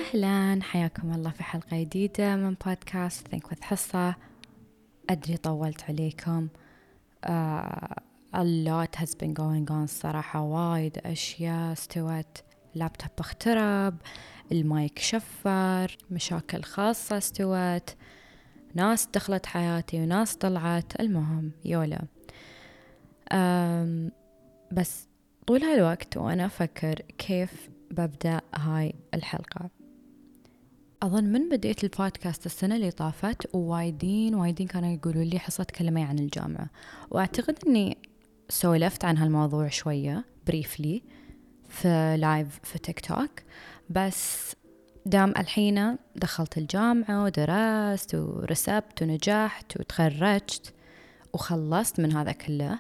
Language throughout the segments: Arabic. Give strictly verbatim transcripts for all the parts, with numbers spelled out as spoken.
أهلا، حياكم الله في حلقة جديدة من بودكاست Think with حصة. أدري طولت عليكم. uh, A lot has been going on الصراحة، وايد أشياء استوت. لابتوب اخترب، المايك شفر، مشاكل خاصة استوت، ناس دخلت حياتي وناس طلعت. المهم يولا. um, بس طول هالوقت وأنا أفكر كيف ببدأ هاي الحلقة. أظن من بديت البودكاست السنة اللي طافت ووايدين وايدين كانوا يقولوا لي حصة تكلمي عن الجامعة، وأعتقد أني سولفت عن هالموضوع شوية بريفلي في لايف في تيك توك. بس دام الحين دخلت الجامعة ودرست ورسبت ونجحت وتخرجت وخلصت من هذا كله،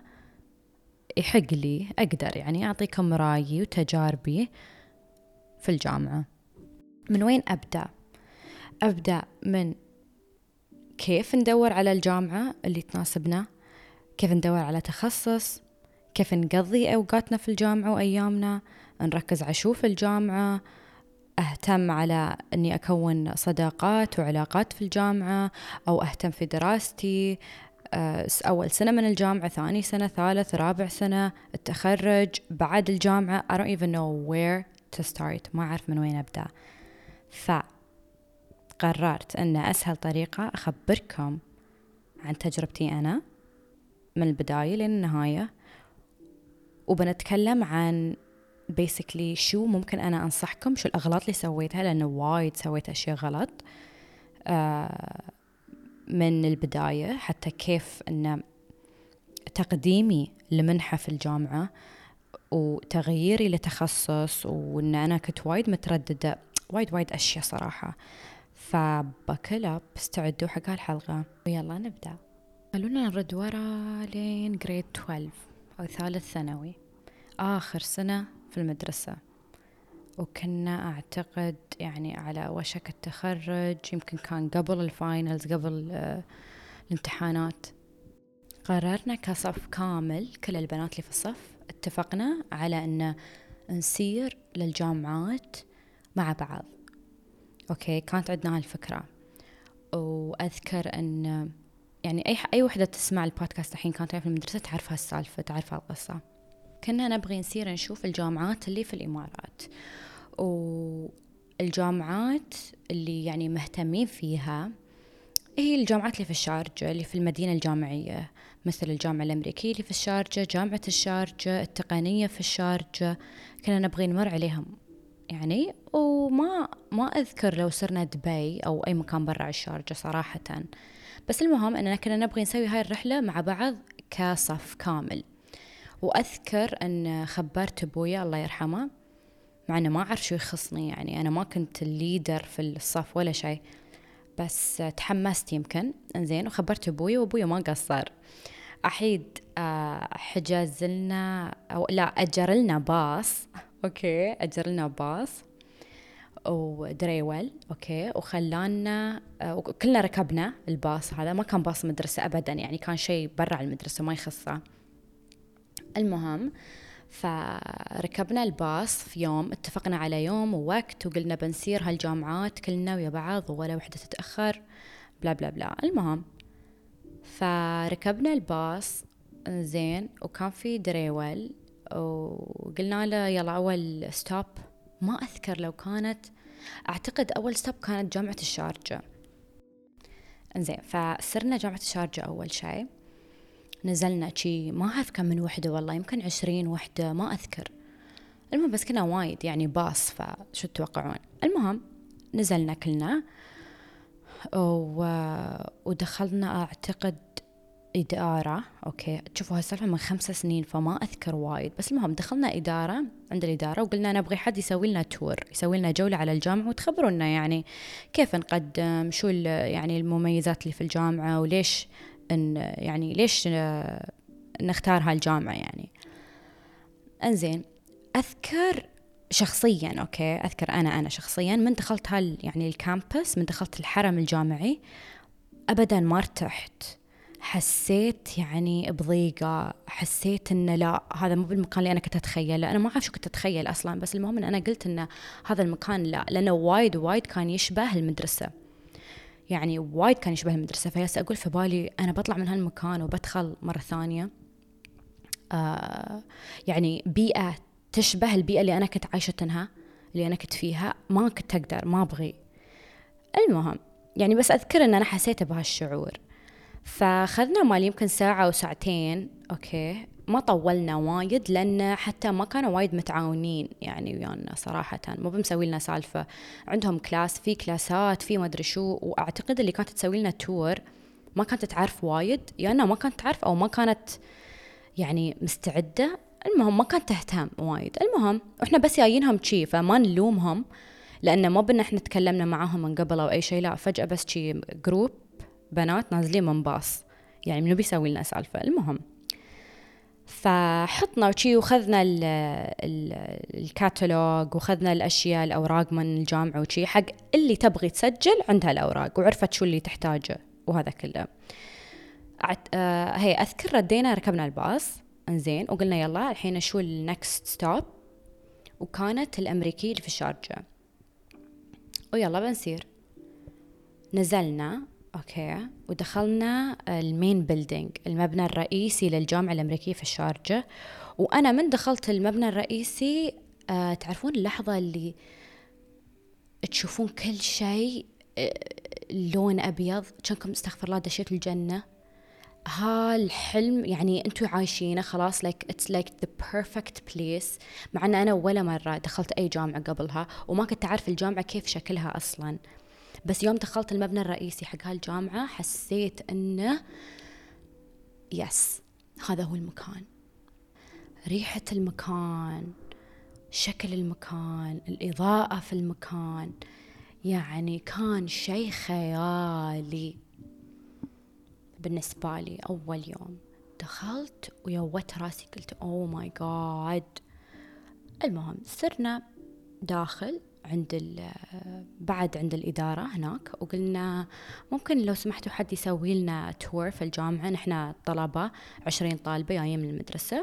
يحق لي أقدر يعني أعطيكم رأيي وتجاربي في الجامعة. من وين أبدأ؟ أبدأ من كيف ندور على الجامعة اللي تناسبنا، كيف ندور على تخصص، كيف نقضي أوقاتنا في الجامعة وأيامنا، نركز على شو في الجامعة، أهتم على أني أكون صداقات وعلاقات في الجامعة، أو أهتم في دراستي، أول سنة من الجامعة، ثاني سنة، ثالث، رابع سنة، التخرج، بعد الجامعة. I don't even know where to start. ما أعرف من وين أبدأ. ف قررت أن أسهل طريقة أخبركم عن تجربتي أنا من البداية للنهاية، وبنتكلم عن basically شو ممكن أنا أنصحكم، شو الأغلاط اللي سويتها، لأنه وايد سويت أشياء غلط آه من البداية، حتى كيف أن تقديمي لمنحة في الجامعة وتغييري لتخصص، وأن أنا كنت وايد مترددة، وايد وايد أشياء صراحة. فبكل أب استعدوا حق هالحلقة ويلا نبدأ. خلونا نرد ورا لين جريد اثناشر أو ثالث ثانوي، آخر سنة في المدرسة، وكنا أعتقد يعني على وشك التخرج، يمكن كان قبل الفاينلز، قبل آه الامتحانات. قررنا كصف كامل، كل البنات اللي في الصف اتفقنا على أن نسير للجامعات مع بعض. أوكي، كانت عندنا هالفكرة. وأذكر أن يعني أي أي وحدة تسمع البودكاست الحين كانت في المدرسة تعرف هالسالفة، تعرف هالقصة. كنا نبغي نسير نشوف الجامعات اللي في الإمارات، والجامعات اللي يعني مهتمين فيها هي الجامعات اللي في الشارجة، اللي في المدينة الجامعية، مثل الجامعة الأمريكية اللي في الشارجة، جامعة الشارجة، التقنية في الشارجة. كنا نبغي نمر عليهم يعني. وما ما أذكر لو صرنا دبي أو أي مكان برا الشارجة صراحة، بس المهم أننا كنا نبغي نسوي هاي الرحلة مع بعض كصف كامل. وأذكر أن خبرت أبويا الله يرحمه، مع أنه ما أعرف شو يخصني، يعني أنا ما كنت الليدر في الصف ولا شيء، بس تحمست يمكن. انزين، وخبرت أبويا وأبويا ما قصر. أحيد حجز لنا أو لا أجر لنا باص. أوكي، أجر لنا باص ودريول. أوكي، وخلانا وكلنا ركبنا الباص هذا. ما كان باص مدرسة أبدا، يعني كان شيء برا المدرسة ما يخصه. المهم، فركبنا الباص في يوم، اتفقنا على يوم ووقت، وقلنا بنسير هالجامعات كلنا ويا بعض ولا وحدة تتأخر، بلا بلا بلا. المهم، فركبنا الباص زين، وكان في دريول، وقلنا له يلا أول ستوب. ما أذكر لو كانت، أعتقد أول ستوب كانت جامعة الشارجة. انزين، فسرنا جامعة الشارجة أول شيء. نزلنا شي ما أعرف كم من وحدة، والله يمكن عشرين وحدة ما أذكر. المهم بس كنا وايد يعني باص، فشو تتوقعون. المهم نزلنا كلنا و... ودخلنا أعتقد إدارة. أوكي، تشوفوا هالسالفة من خمس سنين فما أذكر وايد، بس المهم دخلنا إدارة، عند الإدارة، وقلنا نبغي حد يسوي لنا تور، يسوي لنا جولة على الجامعة وتخبرونا يعني كيف نقدم، شو يعني المميزات اللي في الجامعة، وليش إن يعني ليش نختار هالجامعة يعني. انزين، أذكر شخصيا، أوكي، أذكر أنا أنا شخصيا من دخلت هال يعني الكامبس، من دخلت الحرم الجامعي، أبدا ما ارتحت. حسيت يعني بضيقة، حسيت إن لا هذا مو بالمكان اللي أنا كنت أتخيله. أنا ما أعرف شو كنت أتخيل أصلا، بس المهم إن أنا قلت إن هذا المكان لا، لأنه وايد وايد كان يشبه المدرسة، يعني وايد كان يشبه المدرسة. فياس أقول في بالي أنا بطلع من هالمكان وبدخل مرة ثانية آه يعني بيئة تشبه البيئة اللي أنا كنت عايشتها، اللي أنا كنت فيها. ما كنت أقدر، ما أبغي. المهم يعني بس أذكر أن أنا حسيت بهالشعور. فخذنا مال يمكن ساعة أو ساعتين، أوكي، ما طولنا وايد، لأن حتى ما كانوا وايد متعاونين يعني ويانا صراحة، مو بمسوي لنا سالفة. عندهم كلاس، في كلاسات، في ما أدري شو. وأعتقد اللي كانت تسوي لنا تور ما كانت تعرف وايد، يا يعني ما كانت تعرف أو ما كانت يعني مستعدة. المهم ما كانت تهتم وايد. المهم وإحنا بس جايينهم شي، فما نلومهم، لأن ما بنا إحنا تكلمنا معاهم من قبل أو أي شيء. لا، فجأة بس شي جروب بنات نازلين من باص، يعني منو بيسوي لنا سالفة. المهم فحطنا وشي، وخذنا ال ال الكاتالوج، وخذنا الأشياء الأوراق من الجامعة وشي، حق اللي تبغي تسجل عندها الأوراق وعرفت شو اللي تحتاجه وهذا كله. آه هي أذكر ردينا ركبنا الباص، انزين، وقلنا يلا الحين شو النكست ستوب، وكانت الأمريكي اللي في الشارجة، ويلا بنسير. نزلنا أوكي، ودخلنا المين بيلدينج، المبنى الرئيسي للجامعة الأمريكية في الشارجة. وأنا من دخلت المبنى الرئيسي آه تعرفون اللحظة اللي تشوفون كل شيء آه لون أبيض، كأنكم استغفر الله دشيت الجنة. هالحلم يعني أنتوا عايشينه خلاص، like it's like the perfect place. مع أن أنا ولا مرة دخلت أي جامعة قبلها، وما كنت أعرف الجامعة كيف شكلها أصلاً. بس يوم دخلت المبنى الرئيسي حق هالجامعة حسيت أنه يس، هذا هو المكان. ريحة المكان، شكل المكان، الإضاءة في المكان، يعني كان شيء خيالي بالنسبة لي. أول يوم دخلت ويوت راسي، قلت أوه ماي جاد. المهم صرنا داخل عند بعد عند الإدارة هناك، وقلنا ممكن لو سمحتوا حد يسوي لنا تور في الجامعة. نحنا طلبة عشرين طالبة جايين من المدرسة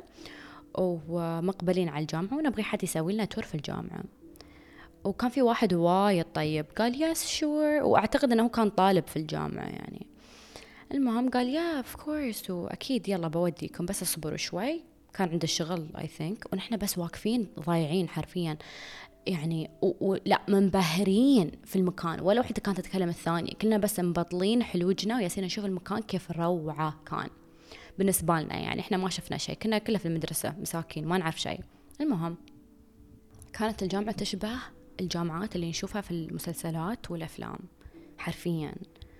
ومقبلين على الجامعة، ونبغي حد يسوي لنا تور في الجامعة. وكان في واحد وايد طيب قال يس شور، وأعتقد أنه كان طالب في الجامعة يعني. المهم قال يا اوف كورس، وأكيد يلا بوديكم، بس اصبروا شوي. كان عنده الشغل اي ثينك، ونحن بس واقفين ضايعين حرفيا يعني، ولا منبهرين في المكان، ولا وحده كانت تتكلم الثانية، كلنا بس مبطلين حلوجنا وياسين نشوف المكان كيف روعة كان بالنسبة لنا. يعني احنا ما شفنا شيء، كنا كله في المدرسة مساكين ما نعرف شيء. المهم كانت الجامعة تشبه الجامعات اللي نشوفها في المسلسلات والأفلام حرفيا.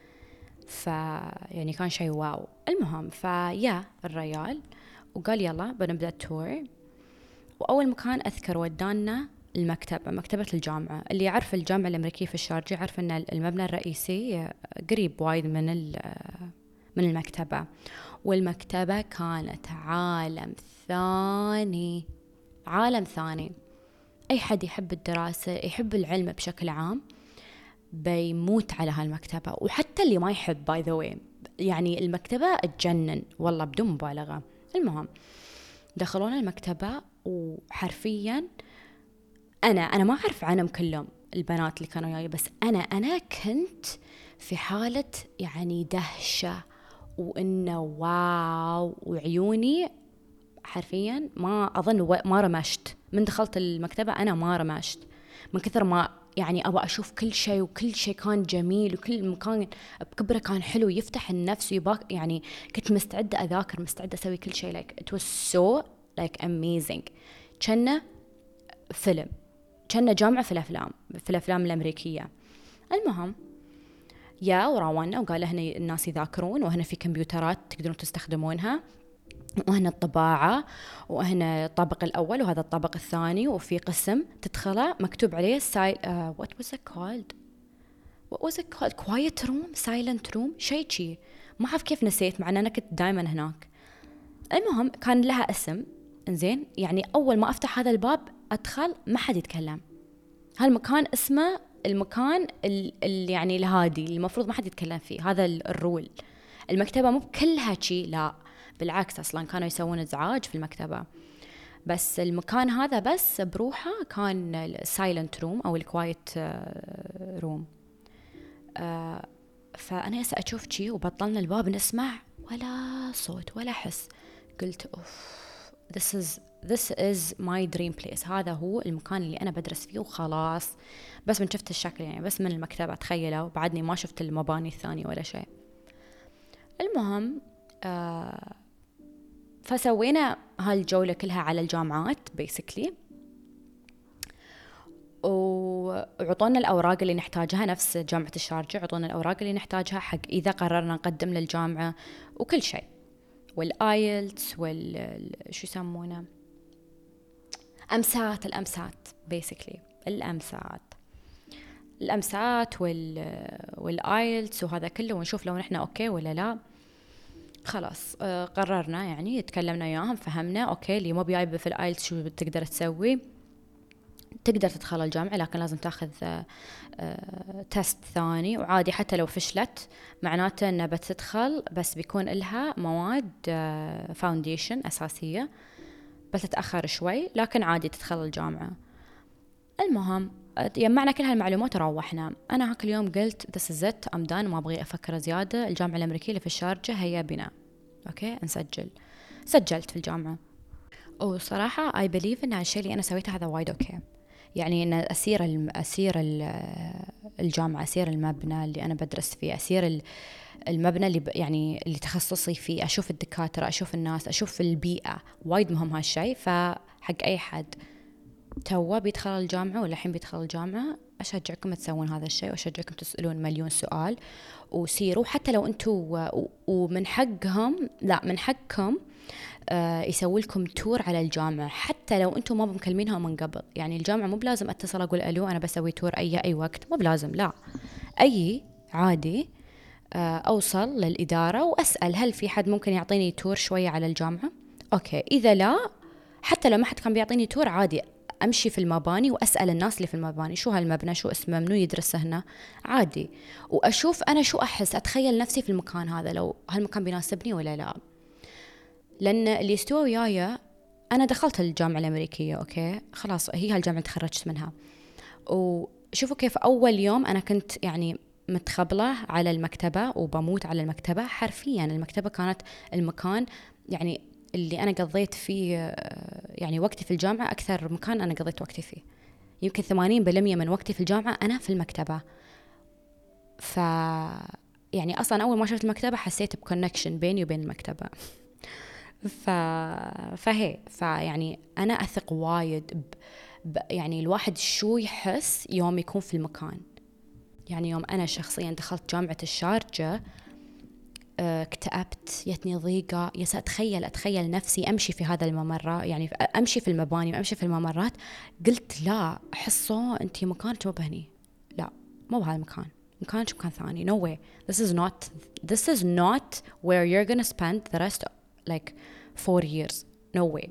ف يعني كان شيء واو. المهم فيا الريال وقال يلا بنبدأ التور. وأول مكان أذكر ودانا المكتبة، مكتبة الجامعة. اللي يعرف الجامعة الأمريكية في الشارجة يعرف أن المبنى الرئيسي قريب وايد من من المكتبة. والمكتبة كانت عالم ثاني، عالم ثاني. أي حد يحب الدراسة، يحب العلم بشكل عام، بيموت على هالمكتبة. وحتى اللي ما يحب باي ذا واي، يعني المكتبة تجنن والله بدون مبالغة. المهم دخلونا المكتبة، وحرفيا أنا أنا ما أعرف عنهم كلهم البنات اللي كانوا وياي، بس أنا أنا كنت في حالة يعني دهشة، وإنه واو، وعيوني حرفيا ما أظن ما رمشت من دخلت المكتبة. أنا ما رمشت من كثر ما يعني أبغى أشوف كل شيء، وكل شيء كان جميل، وكل مكان بكبره كان حلو يفتح النفس ويباك. يعني كنت مستعدة أذاكر، مستعدة أسوي كل شيء. like it was so like amazing. كنا فيلم، كنا جامعة في الأفلام، في الأفلام الأمريكية. المهم يا وراونا وقال هنا الناس يذاكرون، وهنا في كمبيوترات تقدرون تستخدمونها، وهنا الطباعة، وهنا الطابق الأول وهذا الطابق الثاني، وفي قسم تدخله مكتوب عليه ساي... uh, what was it called what was it called quiet room silent room شيء شي، ما أعرف كيف نسيت مع أن أنا كنت دائما هناك. المهم كان لها اسم، إنزين، يعني أول ما أفتح هذا الباب أدخل ما حد يتكلم. هالمكان اسمه المكان اللي يعني الهادي، المفروض ما حد يتكلم فيه، هذا الرول. المكتبة مو كلها شي، لا بالعكس أصلا كانوا يسوون إزعاج في المكتبة، بس المكان هذا بس بروحه كان السايلنت روم أو الكوايت روم. فأنا هسه أشوف شي وبطلنا الباب نسمع ولا صوت ولا حس، قلت أوف this is this is my dream place، هذا هو المكان اللي أنا بدرس فيه وخلاص. بس من شفت الشكل يعني، بس من المكتبة تخيلوا، وبعدني ما شفت المباني الثانية ولا شيء. المهم آه فسوينا هالجولة كلها على الجامعات basically، وعطونا الأوراق اللي نحتاجها نفس جامعة الشارجة، عطونا الأوراق اللي نحتاجها حق إذا قررنا نقدم للجامعة وكل شيء، والآيلتس وال شو يسمونه أمسات، الأمسات basically الأمسات الأمسات وال والآيلتس وهذا كله، ونشوف لو نحن أوكي ولا لا. خلاص آه قررنا يعني، تكلمنا وياهم فهمنا أوكي اللي مو بجايبة في الآيلتس شو تقدر تسوي، تقدر تدخل الجامعة لكن لازم تاخذ آه آه تست ثاني، وعادي حتى لو فشلت معناته أنها بتدخل، بس بيكون لها مواد آه فاونديشن أساسية، بس تتأخر شوي لكن عادي تدخل الجامعة. المهم يجمعنا كل هالمعلومات وروحنا. أنا هاك اليوم قلت this is it I'm done، ما أبغي أفكر زيادة، الجامعة الأمريكية اللي في الشارجة هيا بنا أوكي نسجل. سجلت في الجامعة، وصراحة I believe إن الشيء اللي أنا سويته هذا وايد أوكي، يعني إن أسير الم... أسير الجامعة، أسير المبنى اللي أنا بدرس فيه، أسير المبنى اللي ب... يعني اللي تخصصي فيه، أشوف الدكاترة، أشوف الناس، أشوف البيئة، وايد مهم هالشيء. فحق أي حد توا بيدخل الجامعة ولا الحين بيدخل الجامعة، أشجعكم تسوون هذا الشيء، وأشجعكم تسألون مليون سؤال وسيروا، حتى لو أنتوا ومن حقهم لا من حقكم آه يسوي لكم تور على الجامعة، حتى لو أنتوا ما بمكلمينها من قبل. يعني الجامعة مو بلازم أتصل أقول ألو أنا بسوي تور أي أي وقت، مو بلازم، لا أي عادي آه أوصل للإدارة وأسأل هل في حد ممكن يعطيني تور شوية على الجامعة. أوكي إذا لا، حتى لو ما حد كان بيعطيني تور عادي أمشي في المباني وأسأل الناس اللي في المباني شو هالمبنى، شو اسمه، منو يدرس هنا، عادي، وأشوف أنا شو أحس، أتخيل نفسي في المكان هذا لو هالمكان بيناسبني ولا لا. لأن اللي استوى وياي أنا دخلت الجامعة الأمريكية أوكي خلاص، هي هالجامعة تخرجت منها، وشوفوا كيف أول يوم أنا كنت يعني متخبلة على المكتبة وبموت على المكتبة حرفيا. المكتبة كانت المكان يعني اللي أنا قضيت فيه يعني وقتي في الجامعة، أكثر مكان أنا قضيت وقتي فيه، يمكن ثمانين بالمية من وقتي في الجامعة أنا في المكتبة. ف يعني أصلا أول ما شفت المكتبة حسيت بكونكشن بيني وبين المكتبة. ف... فهي فيعني أنا أثق وايد ب... ب... يعني الواحد شو يحس يوم يكون في المكان. يعني يوم أنا شخصيا دخلت جامعة الشارجة اكتئبت، يتني ضيقة، يس أتخيل أتخيل نفسي أمشي في هذا الممر، يعني أمشي في المباني وأمشي في الممرات، قلت لا حصة أنتي مكانك مو بهني، لا مو بهذا المكان، مكانك مكان ثاني. no way this is not this is not where you're gonna spend the rest like four years no way.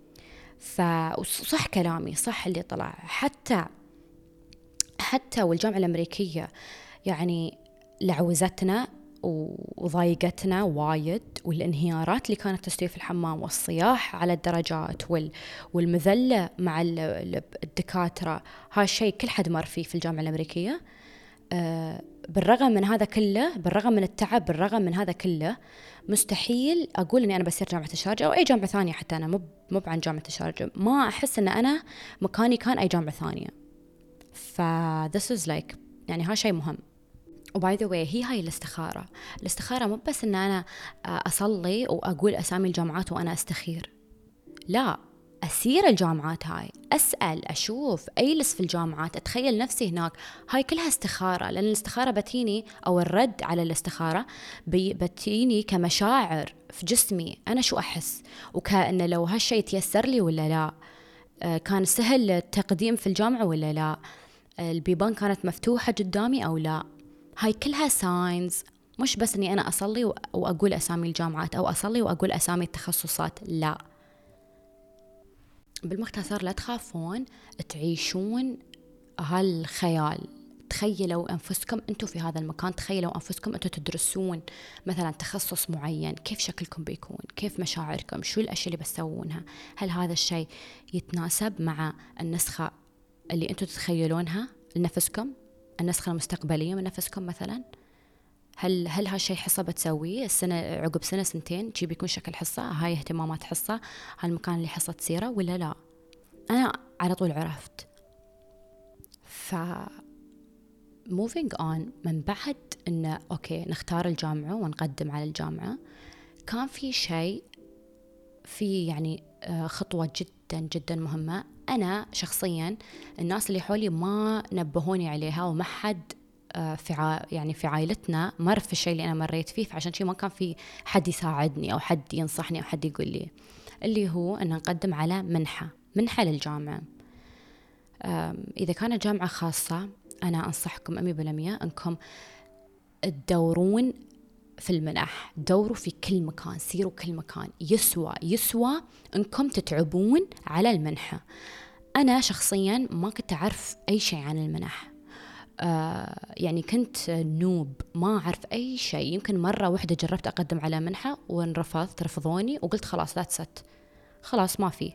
فصح كلامي صح اللي طلع، حتى حتى والجامعة الأمريكية يعني لعوزتنا وضايقتنا وايد، والانهيارات اللي كانت تستوي في الحمام، والصياح على الدرجات وال والمذلة مع الدكاترة، هالشيء كل حد مر فيه في الجامعة الأمريكية. أه بالرغم من هذا كله، بالرغم من التعب، بالرغم من هذا كله، مستحيل أقول إني أنا بسير جامعة الشارجة أو أي جامعة ثانية، حتى أنا مو مو عن جامعة الشارجة، ما أحس إن أنا مكاني كان أي جامعة ثانية. ف this is like يعني ها شيء مهم. وباي ذا واي هي هاي الاستخارة، الاستخارة مو بس إن أنا أصلي وأقول أسامي الجامعات وأنا أستخير، لا أسير الجامعات هاي، أسأل، أشوف، أجلس في الجامعات، أتخيل نفسي هناك، هاي كلها استخارة. لأن الاستخارة بتيني أو الرد على الاستخارة بتيني كمشاعر في جسمي، أنا شو أحس، وكأن لو هالشي يتيسر لي ولا لا، كان سهل التقديم في الجامعة ولا لا، البيبان كانت مفتوحة قدامي أو لا. هاي كلها ساينز، مش بس أني أنا أصلي وأقول أسامي الجامعات أو أصلي وأقول أسامي التخصصات، لا. بالمختصر لا تخافون تعيشون هالخيال، تخيلوا أنفسكم أنتوا في هذا المكان، تخيلوا أنفسكم أنتوا تدرسون مثلا تخصص معين، كيف شكلكم بيكون، كيف مشاعركم، شو الأشياء اللي بتسوونها، هل هذا الشيء يتناسب مع النسخة اللي أنتوا تتخيلونها لنفسكم، النسخة المستقبلية من نفسكم مثلا. هل هل هالشيء حصة بتسويه السنة عقب سنة سنتين شي بيكون شكل حصة، هاي اهتمامات حصة، هالمكان اللي حصة سيرة ولا لا؟ أنا على طول عرفت. ف moving on من بعد إنه أوكي نختار الجامعة ونقدم على الجامعة، كان في شيء في يعني خطوة جدا جدا مهمة. أنا شخصيا الناس اللي حولي ما نبهوني عليها، وما حد في ع... يعني في عائلتنا مر في الشيء اللي أنا مريت فيه، فعشان شيء ما كان في حد يساعدني أو حد ينصحني أو حد يقول لي، اللي هو أن نقدم على منحة منحة للجامعة. إذا كانت جامعة خاصة أنا أنصحكم أمي بالمية أنكم تدورون في المنح، دوروا في كل مكان، سيروا كل مكان، يسوى يسوى أنكم تتعبون على المنحة. أنا شخصيا ما كنت أعرف أي شيء عن المنح، آه يعني كنت نوب ما أعرف أي شيء. يمكن مرة واحدة جربت أقدم على منحة وانرفضت، رفضوني وقلت خلاص لا تست، خلاص ما في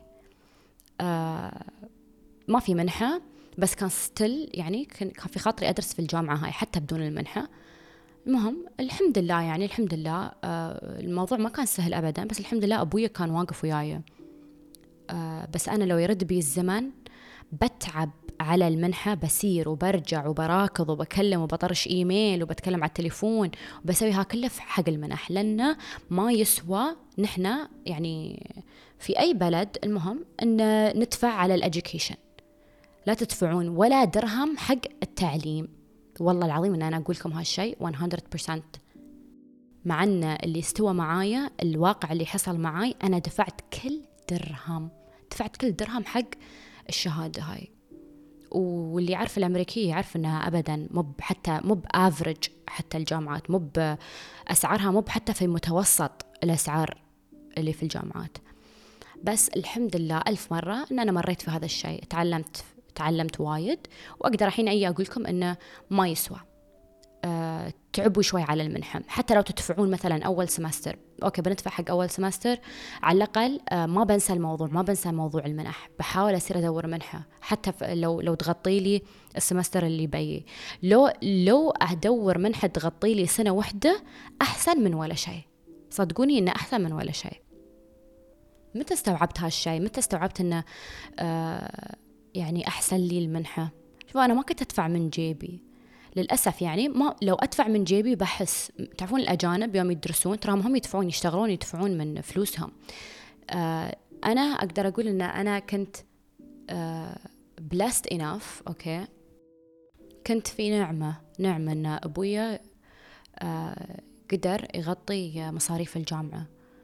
آه ما في منحة. بس كان ستيل يعني كان في خاطري أدرس في الجامعة هاي حتى بدون المنحة. المهم الحمد لله يعني الحمد لله آه الموضوع ما كان سهل أبدا، بس الحمد لله أبويا كان واقف وياي. آه بس أنا لو يرد بي الزمن بتعب على المنحة، بسير وبرجع وبراكض وبكلم وبطرش إيميل وبتكلم على التليفون وبسوي ها كله حق المنح، لأنه ما يسوى نحنا يعني في أي بلد المهم أن ندفع على الأديوكيشن، لا تدفعون ولا درهم حق التعليم. والله العظيم أن أنا أقول لكم هالشيء مية بالمية، مع أن اللي استوى معايا الواقع اللي حصل معاي أنا دفعت كل درهم، دفعت كل درهم حق الشهادة هاي. واللي يعرف الأمريكية يعرف أنها أبدا مو حتى مو بافرج، حتى الجامعات مو بأسعارها مو حتى في متوسط الأسعار اللي في الجامعات. بس الحمد لله ألف مرة أن أنا مريت في هذا الشيء، تعلمت تعلمت وايد، وأقدر الحين أي أقول لكم أنه ما يسوى. أه تعبوا شوي على المنحة، حتى لو تدفعون مثلا أول سمستر، أوكي بندفع حق أول سمستر على الأقل. أه ما بنسى الموضوع، ما بنسى موضوع المنح، بحاول أسير أدور منحة حتى لو لو تغطي لي السمستر اللي بيجي. لو لو أدور منحة تغطي لي سنة واحدة أحسن من ولا شيء، صدقوني إنه أحسن من ولا شيء. متى استوعبت هالشيء؟ متى استوعبت إنه أه يعني أحسن لي المنحة؟ شوف أنا ما كنت أدفع من جيبي للأسف، يعني ما لو أدفع من جيبي بحس، تعرفون الأجانب يوم يدرسون تراهم هم يدفعون يشتغلون يدفعون من فلوسهم. آه أنا أقدر أقول إن أنا كنت آه blessed enough، أوكي كنت في نعمة نعمة إن أبويا آه قدر يغطي مصاريف الجامعة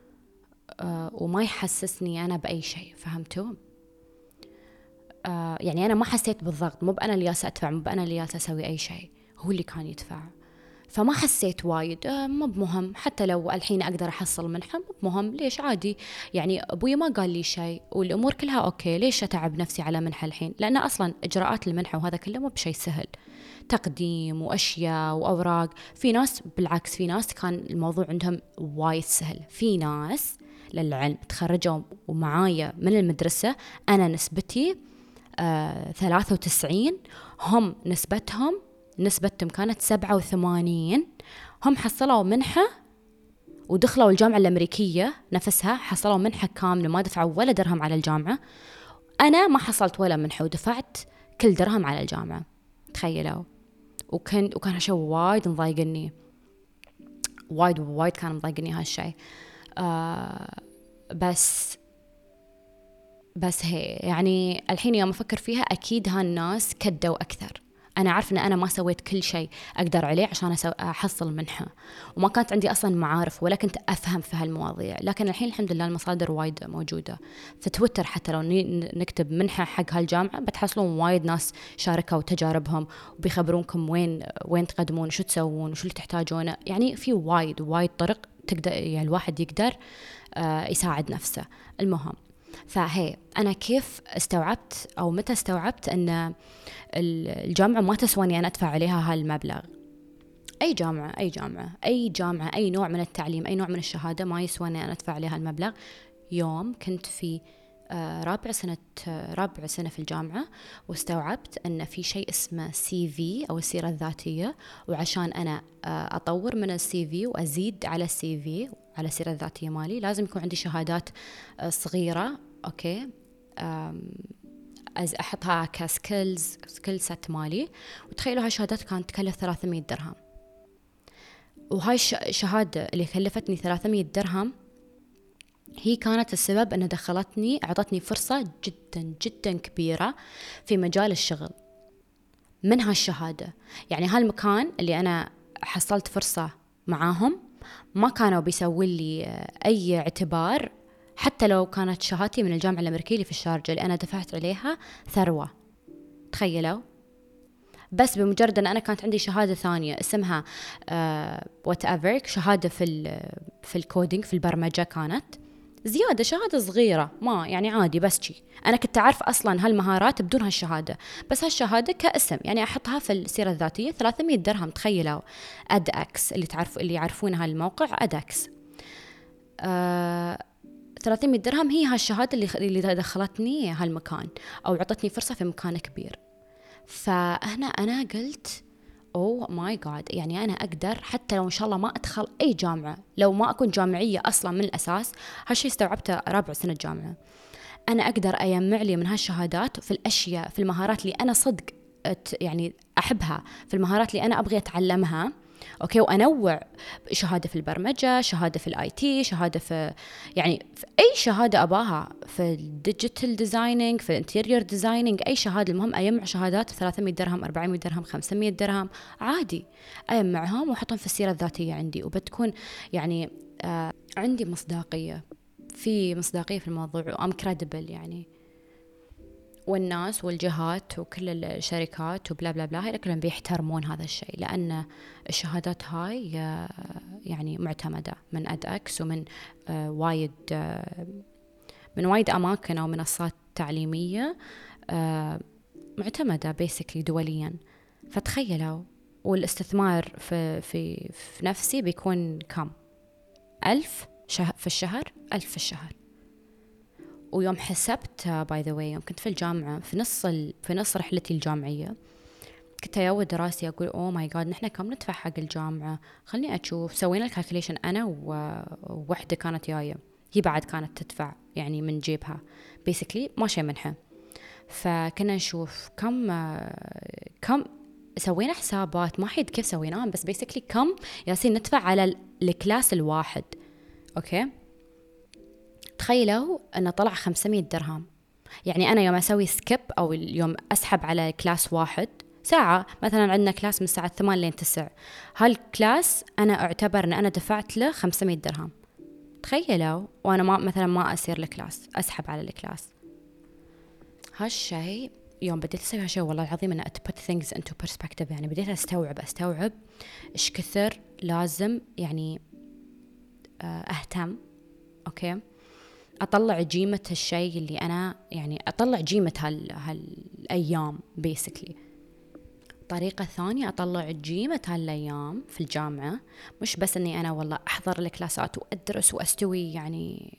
آه وما يحسسني أنا بأي شيء، فهمتوا؟ آه يعني أنا ما حسيت بالضغط، مو بأنا اللي جالسة أدفع، مو بأنا اللي جالسة أسوي أي شيء، هو اللي كان يدفع. فما حسيت وايد آه مو بمهم، حتى لو الحين أقدر أحصل منحة مو بمهم، ليش عادي يعني أبوي ما قال لي شيء والأمور كلها أوكي، ليش أتعب نفسي على منحة الحين؟ لأن أصلا إجراءات المنحة وهذا كله مو بشيء سهل، تقديم وأشياء وأوراق. في ناس بالعكس، في ناس كان الموضوع عندهم وايد سهل، في ناس للعلم تخرجوا ومعايا من المدرسة أنا نسبتي آه ثلاثة وتسعين، هم نسبتهم نسبتهم كانت سبعة وثمانين، هم حصلوا منحة ودخلوا الجامعة الأمريكية نفسها، حصلوا منحة كاملة ما دفعوا ولا درهم على الجامعة. أنا ما حصلت ولا منحة ودفعت كل درهم على الجامعة، تخيلوا. وكان وكان هالشيء وايد مضايقني، وايد وايد كان مضايقني هالشيء. آه بس بس هي يعني الحين يوم أفكر فيها أكيد هالناس كدوا أكثر. أنا عارف أن أنا ما سويت كل شيء أقدر عليه عشان أحصل منحة، وما كانت عندي أصلا معارف ولا كنت أفهم في هالمواضيع، لكن الحين الحمد لله المصادر وايد موجودة في تويتر، حتى لو نكتب منحة حق هالجامعة بتحصلون وايد ناس شاركوا تجاربهم وبيخبرونكم وين وين تقدمون وشو تسوون وشو اللي تحتاجونه. يعني في وايد وايد طرق تقدر يعني الواحد يقدر آه يساعد نفسه. المهم فهي أنا كيف استوعبت أو متى استوعبت أن الجامعة ما تسواني أنا أدفع عليها هالمبلغ. أي جامعة أي جامعة أي جامعة أي نوع من التعليم أي نوع من الشهادة ما يسواني أنا أدفع عليها المبلغ. يوم كنت في رابع سنة رابع سنة في الجامعة، واستوعبت أن في شيء اسمه سي في أو السيرة الذاتية، وعشان أنا أطور من السي في وأزيد على السي في على السيرة الذاتية مالي لازم يكون عندي شهادات صغيرة، أوكي، أحطها كسكيلز سكيل سيت مالي. وتخيلوا هاي الشهادات كانت تكلف ثلاثمية درهم، وهاي الشهادة اللي كلفتني ثلاثمية درهم هي كانت السبب أن دخلتني أعطتني فرصة جدا جدا كبيرة في مجال الشغل من هالشهادة. يعني هالمكان اللي أنا حصلت فرصة معاهم ما كانوا بيسوي لي أي اعتبار، حتى لو كانت شهادتي من الجامعة الأمريكية اللي في الشارجة اللي أنا دفعت عليها ثروة. تخيلوا، بس بمجرد أن أنا كانت عندي شهادة ثانية اسمها وات ايفر، شهادة في في الكودينج في البرمجة، كانت زيادة شهادة صغيرة ما يعني عادي، بس شي أنا كنت أعرف أصلا هالمهارات بدون هالشهادة، بس هالشهادة كاسم يعني أحطها في السيرة الذاتية ثلاثمية درهم. تخيلوا أدأكس اللي تعرف اللي يعرفون هالموقع أدأكس، آه ثلاثمية درهم هي هالشهادة اللي اللي دخلتني هالمكان أو عطتني فرصة في مكان كبير. فهنا أنا قلت أوه ماي جاد، يعني أنا أقدر حتى لو إن شاء الله ما أدخل أي جامعة، لو ما أكون جامعية أصلا من الأساس، هالشي استوعبته رابع سنة جامعة، أنا أقدر أجمع لي من هالشهادات في الأشياء في المهارات اللي أنا صدق يعني أحبها، في المهارات اللي أنا أبغي أتعلمها، أوكي، وأنوع شهادة في البرمجة، شهادة في الآي تي، شهادة في يعني في أي شهادة أباها، في الديجيتال ديزايننج، في الانتيريور ديزايننج، أي شهادة. المهم أجمع شهادات ثلاثمية درهم أربعمية درهم خمسمية درهم عادي، أجمعهم وأحطهم في السيرة الذاتية عندي، وبتكون يعني آه عندي مصداقية، في مصداقية في الموضوع، وأم كريديبل يعني، والناس والجهات وكل الشركات وبلا بلا بلا هاي كلهم بيحترمون هذا الشيء، لأن الشهادات هاي يعني معتمدة من أدأكس ومن وايد من وايد أماكن أو منصات تعليمية معتمدة بيسكلي دوليا. فتخيلوا، والاستثمار في في في نفسي بيكون كم؟ ألف في الشهر، ألف في الشهر. ويوم حسبت باي ذا واي، يوم كنت في الجامعة في نص ال... في نص رحلتي الجامعية، كنت أيود راسي أقول أوه ماي جاد نحن كم ندفع حق الجامعة؟ خلني أشوف. سوينا الكالكوليشن أنا ووحدة كانت جاية، هي بعد كانت تدفع يعني من جيبها بيسكلي ما شيء منها. فكنا نشوف كم كم سوينا حسابات، ما حيد كيف سويناها، بس بيسكلي كم ياسين ندفع على الكلاس الواحد. أوكي، تخيلوا أنه طلع خمسمية درهم. يعني أنا يوم أسوي سكيب أو اليوم أسحب على كلاس واحد ساعة، مثلا عندنا كلاس من الساعة ثمانية لين تسعة، هالكلاس أنا أعتبر أن أنا دفعت له خمسمية درهم. تخيلوا، وأنا ما مثلا ما أسير الكلاس، أسحب على الكلاس. هالشيء يوم بديت أسوي هالشيء والله العظيم أنا to put things into perspective، يعني بديت أستوعب أستوعب إيش كثر لازم يعني أهتم، أوكي، أطلع جيمة هالشيء اللي أنا يعني أطلع جيمة هال هالأيام بيسكلي. طريقة ثانية أطلع جيمة هالأيام في الجامعة، مش بس أني أنا والله أحضر الكلاسات وأدرس وأستوي يعني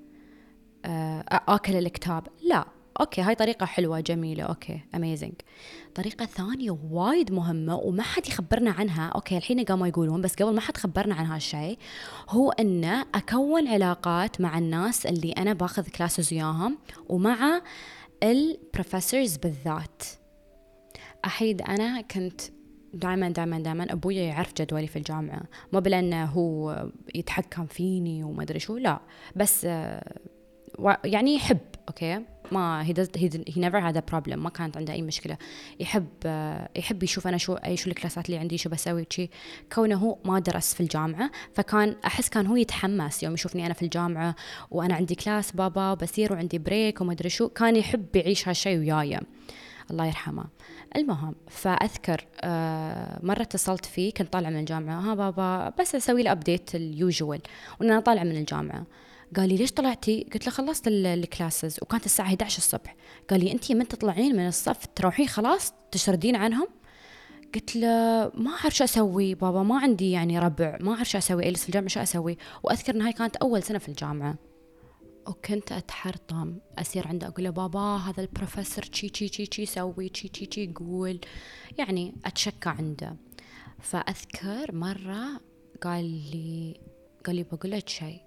آكل الكتاب، لا، أوكي هاي طريقة حلوة جميلة، أوكي أميزنج. طريقة ثانية وايد مهمة وما حد يخبرنا عنها، أوكي الحين قاموا يقولون بس قبل ما حد خبرنا عن هالشيء، هو أن أكون علاقات مع الناس اللي أنا باخذ كلاسز وياهم، ومع البروفيسورز بالذات. أحيد أنا كنت دائما دائما دائما أبويا يعرف جدولي في الجامعة، مو بلأنه هو يتحكم فيني وما أدري شو، لا، بس يعني يحب، أوكي، ما he does he, he never had a problem، ما كانت عنده أي مشكلة، يحب يحب يشوف أنا شو أي شو الكلاسات اللي عندي شو بسوي وشي. كونه هو ما درس في الجامعة، فكان أحس كان هو يتحمس يوم يشوفني أنا في الجامعة وأنا عندي كلاس بابا وبسير وعندي بريك وما أدري شو، كان يحب يعيش هالشيء وياي، الله يرحمه. المهم، فأذكر مرة اتصلت فيه، كنت طالعة من الجامعة، ها بابا بس أسوي له أبديت اليوجوال وأنا طالعة من الجامعة. قال لي ليش طلعتي؟ قلت له خلصت الكلاسز وكانت الساعة إحدى عشرة الصبح. قال لي أنتي من تطلعين من الصف تروحين خلاص تشردين عنهم؟ قلت له ما أعرف شو أسوي بابا، ما عندي يعني ربع، ما أعرف شو أسوي، أجلس في الجامعة شو أسوي. وأذكر إن هاي كانت أول سنة في الجامعة، وكنت أتحرطم أسير عنده أقول له بابا هذا البروفيسور شي شي شي شي سوي شي شي شي يقول، يعني أتشكى عنده. فأذكر مرة قال لي قال لي بقول لك شيء،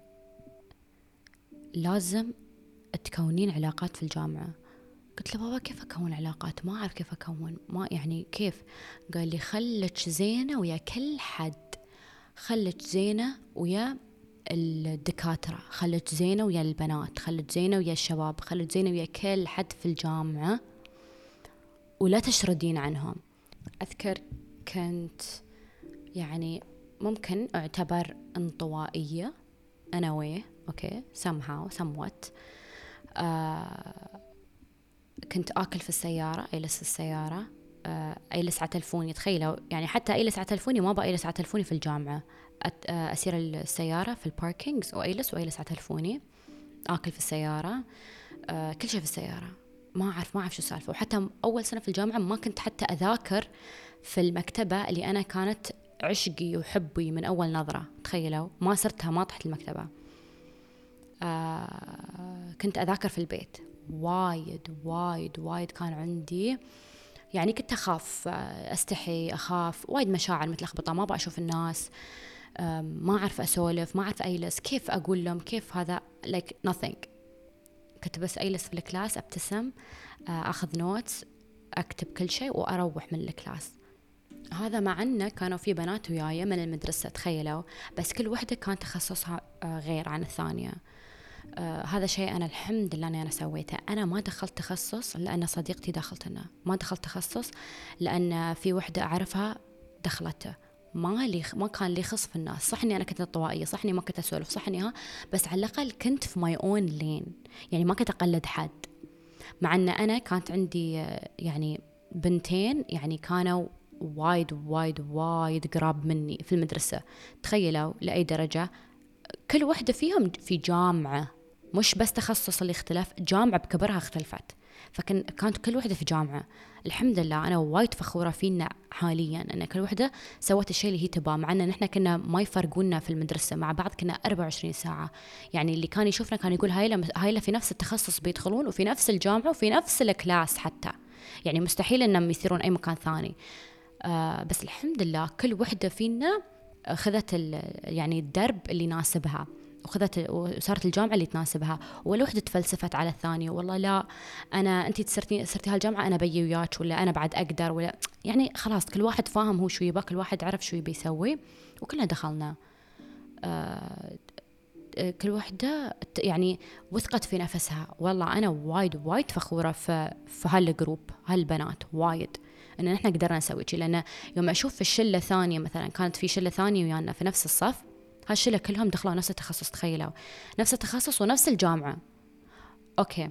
لازم تكونين علاقات في الجامعة. قلت له بابا كيف أكون علاقات؟ ما أعرف كيف أكون، ما يعني كيف؟ قال لي خلك زينة ويا كل حد، خلك زينة ويا الدكاترة، خلك زينة ويا البنات، خلك زينة ويا الشباب، خلك زينة ويا كل حد في الجامعة، ولا تشردين عنهم. أذكر كنت يعني ممكن أعتبر انطوائية أنا ويه أوكي somehow somewhat. آه كنت آكل في السيارة، أجلس في السيارة، آه أجلس على تلفوني، تخيلوا يعني حتى أجلس على تلفوني ما بقى أجلس على تلفوني في الجامعة، آه أسير السيارة في الباركينجز وأجلس وأجلس على تلفوني، آكل في السيارة، آه كل شيء في السيارة. ما أعرف ما أعرف شو السالفة. وحتى أول سنة في الجامعة ما كنت حتى أذاكر في المكتبة اللي أنا كانت عشقي وحبي من أول نظرة، تخيلوا ما صرتها، ما طحت المكتبة. آه كنت أذاكر في البيت. وايد وايد وايد كان عندي يعني كنت أخاف، أستحي، أخاف، وايد مشاعر متلخبطة، ما بأشوف الناس، ما أعرف أسولف، ما أعرف أجلس، كيف أقول لهم كيف هذا like nothing. كنت بس أجلس في الكلاس أبتسم، أخذ نوتس، أكتب كل شيء وأروح من الكلاس. هذا مع أنه كانوا في بنات وياي من المدرسة تخيلوا، بس كل وحدة كانت تخصصها غير عن الثانية. آه هذا شيء أنا الحمد لله أني أنا سويته. أنا ما دخلت تخصص لأن صديقتي دخلتنا، ما دخلت تخصص لأن في وحدة أعرفها دخلته، ما لي ما كان لي خص في الناس. صح إني أنا كنت انطوائية، صح إني ما كنت أسولف، صح إني ها، بس على الأقل كنت في ماي أون لين، يعني ما كنت أقلد حد. مع أن أنا كانت عندي يعني بنتين يعني كانوا وايد وايد وايد قراب مني في المدرسة، تخيلوا لأي درجة. كل واحدة فيهم في جامعة، مش بس تخصص اللي اختلف، جامعة بكبرها اختلفت، فكان كانت كل واحدة في جامعة. الحمد لله أنا وايد فخورة فينا حاليا أن كل واحدة سوت الشيء اللي هي تباه، مع أن نحن كنا ما يفرقونا في المدرسة مع بعض، كنا أربعة وعشرين ساعة. يعني اللي كان يشوفنا كان يقول هايلة هايلة في نفس التخصص بيدخلون وفي نفس الجامعة وفي نفس الكلاس حتى، يعني مستحيل أنهم يصيرون أي مكان ثاني. آه بس الحمد لله كل واحدة فينا خذت يعني الدرب اللي يناسبها، وخذت وصارت الجامعة اللي تناسبها، ولا وحدة تفلسفت على الثانية والله لا أنا أنتي صرتي صرتي هالجامعة أنا بيي وياك، ولا أنا بعد أقدر، ولا يعني خلاص كل واحد فاهم هو شو يبغى، كل واحد عرف شو يبي يسوي، وكلنا دخلنا. آه كل واحدة يعني وثقت في نفسها. والله أنا وايد وايد فخورة في في هالجروب هالبنات وايد إن نحن قدرنا نسوي شيء. لأن يوم أشوف في الشلة ثانية مثلا، كانت في شلة ثانية ويانا في نفس الصف، هالشلة كلهم دخلوا نفس التخصص، تخيلوا نفس التخصص ونفس الجامعة. أوكي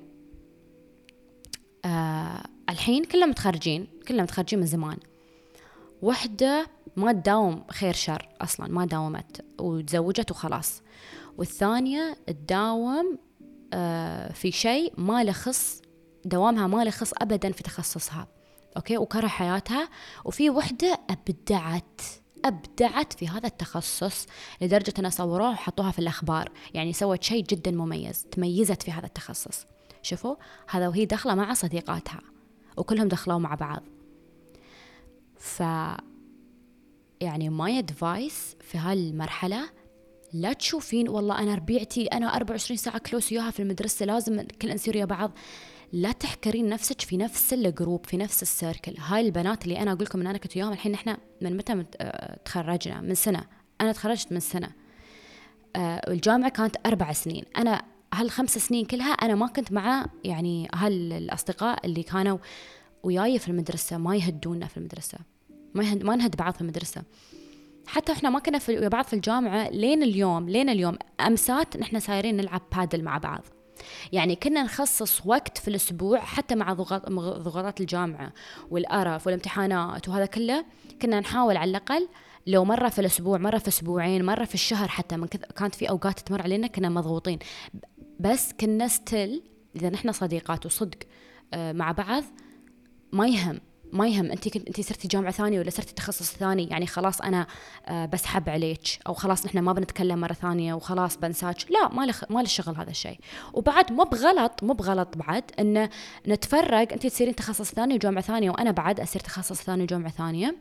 آه الحين كلهم متخرجين، كلهم متخرجين من زمان. وحدة ما تداوم خير شر أصلا، ما داومت وتزوجت وخلاص، والثانية تداوم آه في شيء ما لخص دوامها، ما لخص أبدا في تخصصها أوكي وكره حياتها. وفي وحدة أبدعت أبدعت في هذا التخصص لدرجة أن صوروها وحطوها في الأخبار، يعني سوت شيء جدا مميز، تميزت في هذا التخصص. شوفوا هذا وهي داخلة مع صديقاتها وكلهم دخلوا مع بعض. ف يعني ماي ادفايس في هالمرحلة، لا تشوفين والله أنا ربيعتي أنا أربعة وعشرين ساعة كلوس وياها في المدرسة لازم كل نصير يا بعض. لا تحكرين نفسك في نفس الجروب في نفس السيركل. هاي البنات اللي أنا أقول لكم إن أنا كنت وياهم الحين، نحن من متى تخرجنا؟ من سنة، أنا تخرجت من سنة. آه الجامعة كانت أربع سنين، أنا هالخمس سنين كلها أنا ما كنت مع يعني هالأصدقاء اللي كانوا وياي في المدرسة، ما يهدونا في المدرسة، ما يهد ما نهد بعض في المدرسة. حتى إحنا ما كنا في بعض في الجامعة لين اليوم، لين اليوم أمسات نحن سايرين نلعب بادل مع بعض. يعني كنا نخصص وقت في الأسبوع حتى مع ضغط ضغوطات الجامعة والقرف والامتحانات وهذا كله، كنا نحاول على الأقل لو مرة في الأسبوع، مرة في أسبوعين، مرة في الشهر، حتى من كذا كانت في أوقات تمر علينا كنا مضغوطين، بس كنا ستيل إذا نحن صديقات وصدق مع بعض ما يهم ما يهم انت كنت انت صرتي جامعه ثانيه ولا صرتي تخصص ثاني، يعني خلاص انا بسحب عليك، او خلاص نحن ما بنتكلم مره ثانيه وخلاص بنساك. لا، ما له ما له شغل هذا الشيء. وبعد مو بغلط مو بغلط بعد ان نتفرق، انت تصيرين تخصص ثاني وجامعه ثانيه وانا بعد اصير تخصص ثاني وجامعه ثانيه.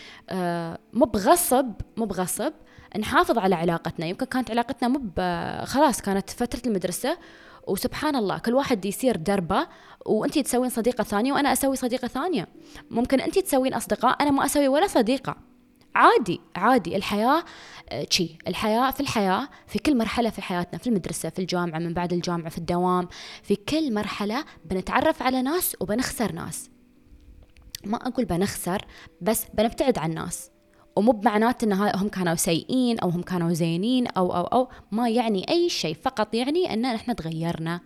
مو بغصب مو بغصب نحافظ على علاقتنا. يمكن كانت علاقتنا مو خلاص كانت فتره المدرسه وسبحان الله كل واحد يصير دربه، وانتي تسوين صديقة ثانية وانا اسوي صديقة ثانية. ممكن انتي تسوين اصدقاء انا ما اسوي ولا صديقة. عادي عادي. الحياة شي الحياة في الحياة في كل مرحلة في حياتنا، في المدرسة، في الجامعة، من بعد الجامعة، في الدوام، في كل مرحلة بنتعرف على ناس وبنخسر ناس. ما اقول بنخسر، بس بنبتعد عن ناس، ومو بمعنات ان هم كانوا سيئين او هم كانوا زينين او او او ما يعني اي شيء، فقط يعني ان احنا تغيرنا.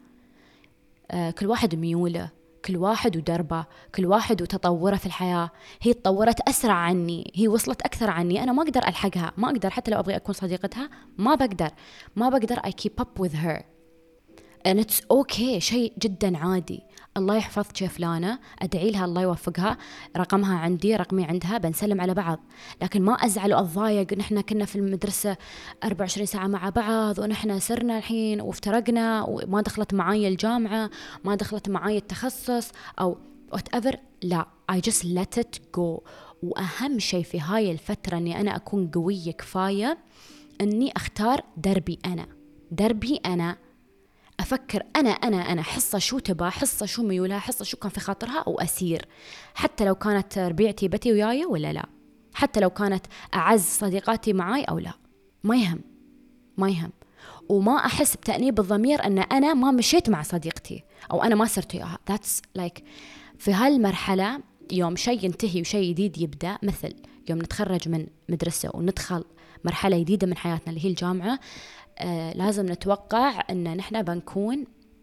آه كل واحد ميوله، كل واحد ودربه، كل واحد وتطوره في الحياة. هي تطورت أسرع عني، هي وصلت أكثر عني، أنا ما أقدر ألحقها، ما أقدر حتى لو أبغي أكون صديقتها ما بقدر ما بقدر I keep up with her and it's okay. شيء جدا عادي. الله يحفظك يا فلانة، أدعي لها الله يوفقها، رقمها عندي رقمي عندها، بنسلم على بعض. لكن ما أزعل وأضايق، نحن كنا في المدرسة أربعة وعشرين ساعة مع بعض ونحن سرنا الحين وافترقنا وما دخلت معاي الجامعة، ما دخلت معاي التخصص أو whatever. لا، I just let it go. وأهم شيء في هاي الفترة أني أنا أكون قوية كفاية أني أختار دربي أنا دربي أنا أفكر أنا أنا أنا حصة شو تبا، حصة شو ميولها، حصة شو كان في خاطرها، وأسير. حتى لو كانت ربيعتي بتي وياي ولا لا، حتى لو كانت أعز صديقاتي معاي أو لا، ما يهم ما يهم. وما أحس بتأنيب الضمير أن أنا ما مشيت مع صديقتي أو أنا ما صرت وياها. That's like في هالمرحلة يوم شيء ينتهي وشيء جديد يبدأ، مثل يوم نتخرج من مدرسة وندخل مرحلة جديدة من حياتنا اللي هي الجامعة، آه لازم نتوقع أن نحن بنكون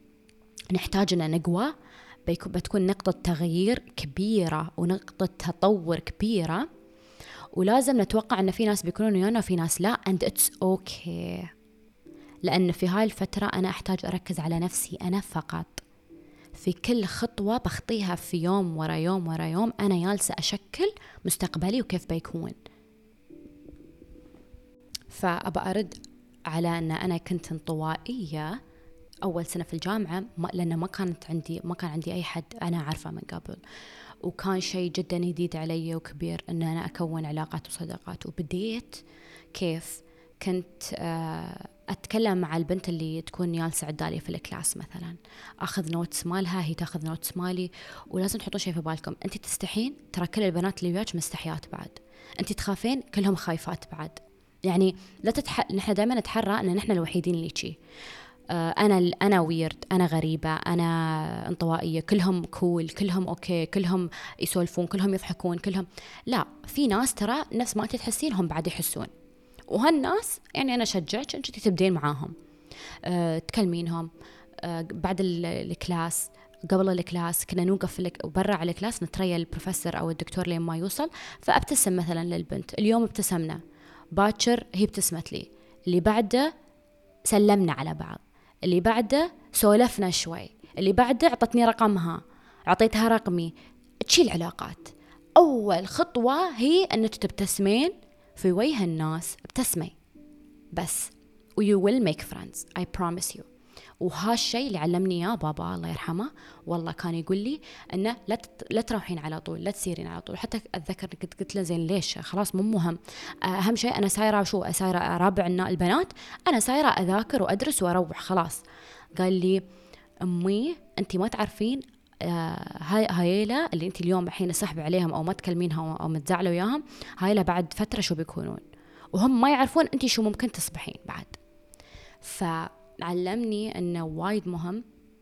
نحتاج أن نقوى، بتكون نقطة تغيير كبيرة ونقطة تطور كبيرة، ولازم نتوقع أن في ناس بيكونون ويانا وفي ناس لا، and it's okay. لأن في هاي الفترة أنا أحتاج أركز على نفسي أنا فقط. في كل خطوة بخطيها في يوم ورا يوم ورا يوم أنا جالسة أشكل مستقبلي وكيف بيكون. فأبى أرد على أن أنا كنت انطوائية أول سنة في الجامعة، لأن ما كانت عندي ما كان عندي أي حد أنا عارفة من قبل، وكان شيء جدا جديد علي وكبير أن أنا أكون علاقات وصداقات. وبديت كيف كنت أتكلم مع البنت اللي تكون جالسة عدالي في الكلاس، مثلا أخذ نوتس مالها، هي تأخذ نوتس مالي. ولازم تحطون شيء في بالكم، أنت تستحين، ترى كل البنات اللي وياك مستحيات بعد، أنت تخافين كلهم خايفات بعد. يعني لا تتح... نحن دائما نتحرى أن نحن الوحيدين اللي شي. آه أنا أنا ويرد، أنا غريبة، أنا انطوائية، كلهم كول، كلهم أوكي، كلهم يسولفون، كلهم يضحكون، كلهم لا. في ناس ترى نفس ما أنت تحسينهم بعد يحسون، وهالناس يعني أنا أشجعك أنت تبدين معاهم، أه، تكلمينهم. أه، بعد الكلاس، قبل الكلاس كنا نوقف لك وبرا على الكلاس نتريا البروفيسور أو الدكتور لين ما يوصل، فأبتسم مثلا للبنت، اليوم ابتسمنا، باكر هي ابتسمت لي، اللي بعده سلمنا على بعض، اللي بعده سولفنا شوي، اللي بعده عطتني رقمها، عطيتها رقمي. تشي العلاقات. أول خطوة هي أنك تبتسمين في وجه الناس، ابتسمي بس you will make friends I promise you. وهالشيء اللي علمني يا بابا الله يرحمه، والله كان يقول لي انه لا لا تروحين على طول، لا تسيرين على طول. حتى اتذكر كنت قلت له زين ليش، خلاص مو مهم، اهم شيء انا سايره شو سايره ارابع البنات، انا سايره اذاكر وادرس واروح خلاص. قال لي امي انت ما تعرفين هاي هايلا اللي انت اليوم الحين سحب عليهم او ما تكلمينها او متزعلوا وياهم، هايلا بعد فتره شو بيكونون، وهم ما يعرفون انت شو ممكن تصبحين بعد. فعلمني انه وايد مهم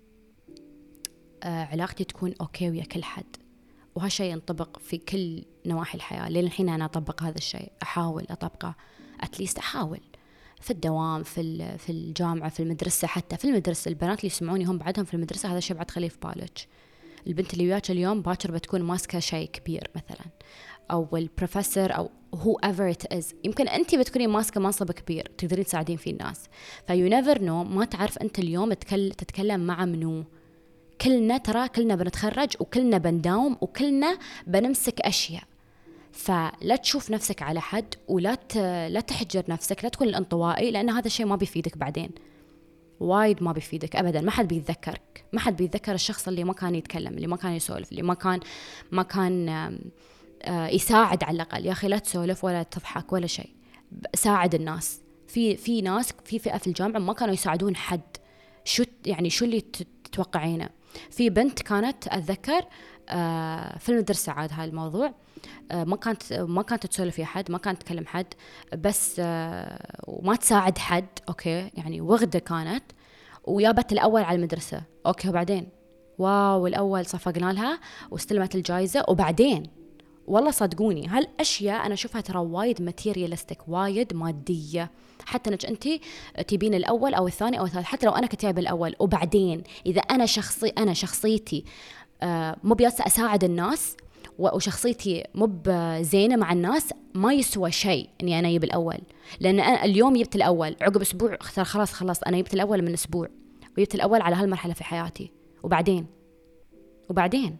آه علاقتي تكون اوكي ويا كل حد، وهالشيء ينطبق في كل نواحي الحياه. لين الحين انا اطبق هذا الشيء، احاول اطبقه اتليست احاول. في الدوام، في في الجامعة، في المدرسة، حتى في المدرسة البنات اللي يسمعوني هم بعدهم في المدرسة، هذا الشيء بعد خليه في بالك. البنت اللي وياك اليوم باكر بتكون ماسكة شيء كبير مثلا، أو البروفيسور أو whoever it is، يمكن أنت بتكوني ماسكة منصب كبير تقدرين تساعدين فيه الناس. فيو نيفر نو، ما تعرف أنت اليوم تتكلم مع منو. كلنا ترى كلنا بنتخرج وكلنا بنداوم وكلنا بنمسك أشياء. فلا تشوف نفسك على حد، ولا لا تحجر نفسك، لا تكون الانطوائي، لأن هذا الشيء ما بيفيدك بعدين، وايد ما بيفيدك أبدا. ما حد بيتذكرك، ما حد بيتذكر الشخص اللي ما كان يتكلم، اللي ما كان يسولف، اللي ما كان ما كان يساعد على الأقل. يا أخي لا تسولف ولا تضحك ولا شيء، ساعد الناس. في في ناس في فئة في الجامعة ما كانوا يساعدون حد. شو يعني شو اللي تتوقعينه؟ في بنت كانت أتذكر في المدرسة عاد هاي الموضوع، ما كانت ما كانت تسولف في حد، ما كانت تكلم حد، بس وما تساعد حد. أوكي يعني وغدة كانت، ويابت الأول على المدرسة. أوكي وبعدين واو الأول صفقنا لها واستلمت الجائزة. وبعدين والله صدقوني هالأشياء أنا أشوفها ترى وايد ماتيريالستيك، وايد مادية. حتى انك انت تبين الاول او الثاني او الثالث، حتى لو انا كنت جايبه الاول، وبعدين اذا انا شخصي انا شخصيتي آه مو بياسة اساعد الناس، وشخصيتي مو زينه مع الناس، ما يسوى شيء اني انا اجيب الاول. لان انا اليوم جبت الاول، عقب اسبوع خلاص خلاص انا جبت الاول من اسبوع، وجبت الاول على هالمرحله في حياتي. وبعدين وبعدين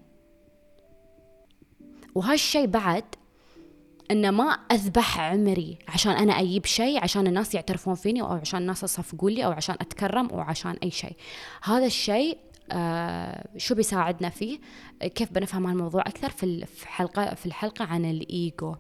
وهالشيء بعد إن ما أذبح عمري عشان أنا أجيب شيء، عشان الناس يعترفون فيني، أو عشان الناس يصفقوا لي، أو عشان أتكرم، أو عشان أي شيء. هذا الشيء آه شو بيساعدنا فيه؟ كيف بنفهم هالموضوع أكثر في الحلقة في الحلقة عن الإيجو.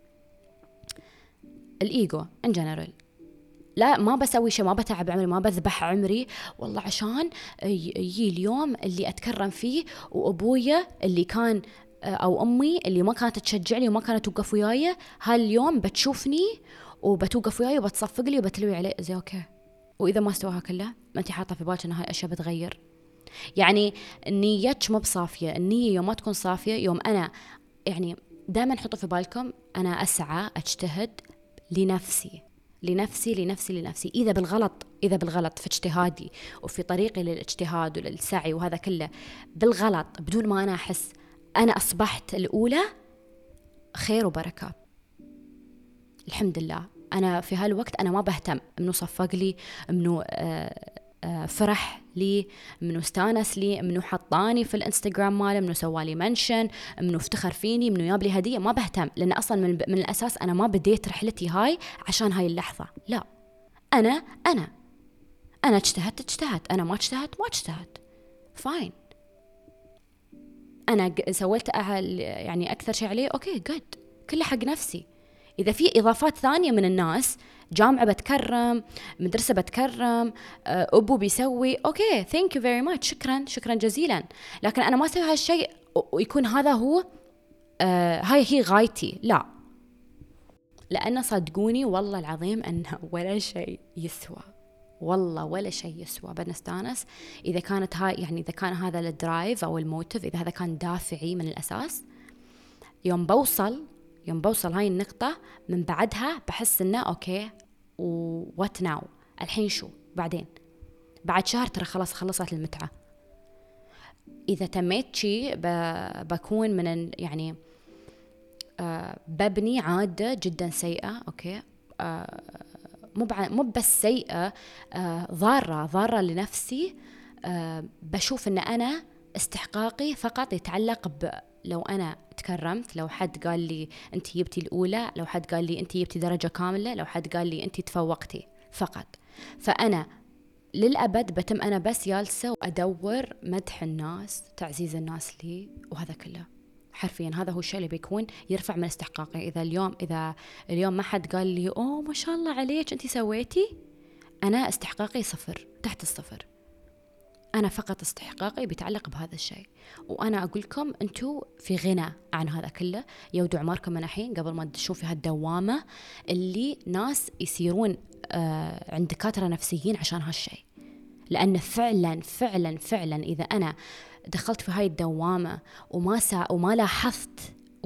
الإيجو in general، لا ما بسوي شيء، ما بتعب عمري، ما بذبح عمري والله عشان يجي اليوم اللي أتكرم فيه، وأبويا اللي كان أو أمي اللي ما كانت تشجعني وما كانت توقف وياي، هاليوم بتشوفني وبتوقف وياي وبتصفق لي وبتلوي علي زي أوكي. وإذا ما استواها كلها، ما أنت حاطة في بالك إن هاي أشياء بتغير. يعني نيتك ما بصافية. النية يوم ما تكون صافية، يوم أنا يعني دائما حطوا في بالكم أنا أسعى أجتهد لنفسي لنفسي لنفسي لنفسي إذا بالغلط إذا بالغلط في اجتهادي وفي طريقي للاجتهاد وللسعي وهذا كله بالغلط بدون ما أنا أحس، أنا أصبحت الأولى، خير وبركة الحمد لله. أنا في هالوقت أنا ما بهتم منو صفق لي، منو آه آه فرح لي، منو استانس لي، منو حطاني في الانستغرام ماله، منو سوالي منشن، منو افتخر فيني، منو ياب لي هدية. ما بهتم، لأن أصلا من, من الأساس أنا ما بديت رحلتي هاي عشان هاي اللحظة. لا، أنا أنا أنا اجتهدت اجتهدت أنا ما اجتهدت ما اجتهدت فاين. أنا سويت يعني أكثر شيء عليه، أوكي جود، كله حق نفسي. إذا في إضافات ثانية من الناس، جامعة بتكرم، مدرسة بتكرم، أبو بيسوي، أوكي thank you very much، شكرا شكرا جزيلا. لكن أنا ما أسوي هالشيء ويكون هذا هو آه هاي هي غايتي، لا. لأن صدقوني والله العظيم أنه ولا شيء يسوى، والله ولا شيء يسوى بنستانس إذا كانت هاي يعني إذا كان هذا الدرايف أو الموتيف، إذا هذا كان دافعي من الأساس. يوم بوصل يوم بوصل هاي النقطة، من بعدها بحس إنه أوكي وات ناو، الحين شو بعدين؟ بعد شهر ترى خلاص خلصت المتعة. إذا تميت شي بكون من يعني آه ببني عادة جدا سيئة. أوكي آه مو مو بس سيئة، آه ضارة ضارة لنفسي. آه بشوف إن أنا استحقاقي فقط يتعلق ب لو أنا تكرمت، لو حد قال لي أنت جبتي الأولى، لو حد قال لي أنت جبتي درجة كاملة، لو حد قال لي أنت تفوقتي فقط. فأنا للأبد بتم أنا بس جالسة وأدور مدح الناس، تعزيز الناس لي، وهذا كله حرفيا هذا هو الشيء اللي بيكون يرفع من استحقاقي. إذا اليوم إذا اليوم ما حد قال لي أوه ما شاء الله عليك أنت سويتي، أنا استحقاقي صفر، تحت الصفر. أنا فقط استحقاقي بيتعلق بهذا الشيء. وأنا أقول لكم أنتوا في غنى عن هذا كله. يودوا عماركم من الحين قبل ما تدشون في هالدوامة اللي ناس يصيرون آه عند دكاترة نفسيين عشان هالشيء. لأن فعلا فعلا فعلا إذا أنا دخلت في هاي الدوامة وما سا وما لاحظت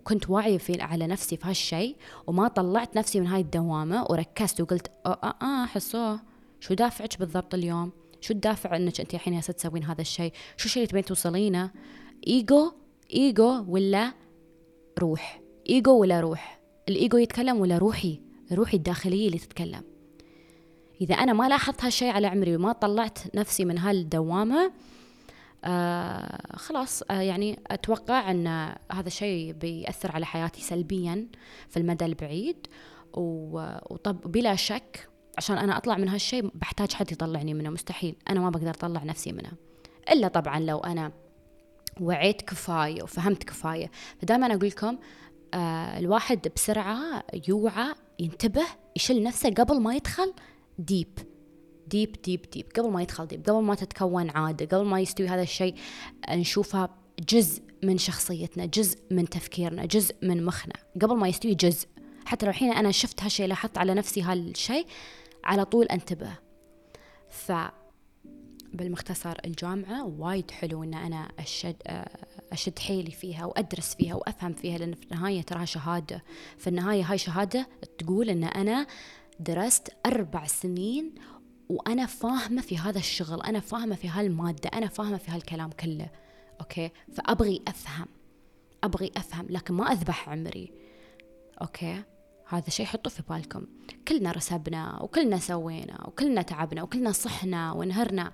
كنت واعية في على نفسي في هالشيء وما طلعت نفسي من هاي الدوامة وركزت وقلت آه آه آه حصوه شو دافعك بالضبط اليوم، شو الدافع انك انت الحين هسه تسوين هذا الشيء، شو الشيء اللي تبين توصلينه، ايجو ايجو ولا روح، ايجو ولا روح، الايجو يتكلم ولا روحي روحي الداخلية اللي تتكلم. اذا انا ما لاحظت هالشيء على عمري وما طلعت نفسي من هالدوامة آه خلاص آه يعني أتوقع أن هذا الشيء بيأثر على حياتي سلبيا في المدى البعيد. وطب بلا شك عشان أنا أطلع من هالشيء بحتاج حد يطلعني منه، مستحيل أنا ما بقدر أطلع نفسي منه إلا طبعا لو أنا وعيت كفاية وفهمت كفاية. فدائما أقول لكم آه الواحد بسرعة يوعى ينتبه يشيل نفسه قبل ما يدخل ديب ديب ديب ديب قبل ما يدخل ديب، قبل ما تتكون عادة، قبل ما يستوي هذا الشيء نشوفها جزء من شخصيتنا، جزء من تفكيرنا، جزء من مخنا، قبل ما يستوي جزء. حتى لو الحين أنا شفت هالشيء لاحظت على نفسي هالشيء على طول انتبه. فبالمختصر الجامعة وايد حلو إن أنا أشد أشد حيلي فيها وأدرس فيها وأفهم فيها، لأن في النهاية تراها شهادة، في النهاية هاي شهادة تقول إن أنا درست أربع سنين وأنا فاهمة في هذا الشغل، أنا فاهمة في هالمادة، أنا فاهمة في هالكلام كله. أوكي، فأبغي أفهم أبغي أفهم لكن ما أذبح عمري. أوكي، هذا شيء حطوا في بالكم. كلنا رسبنا وكلنا سوينا وكلنا تعبنا وكلنا صحنا ونهرنا،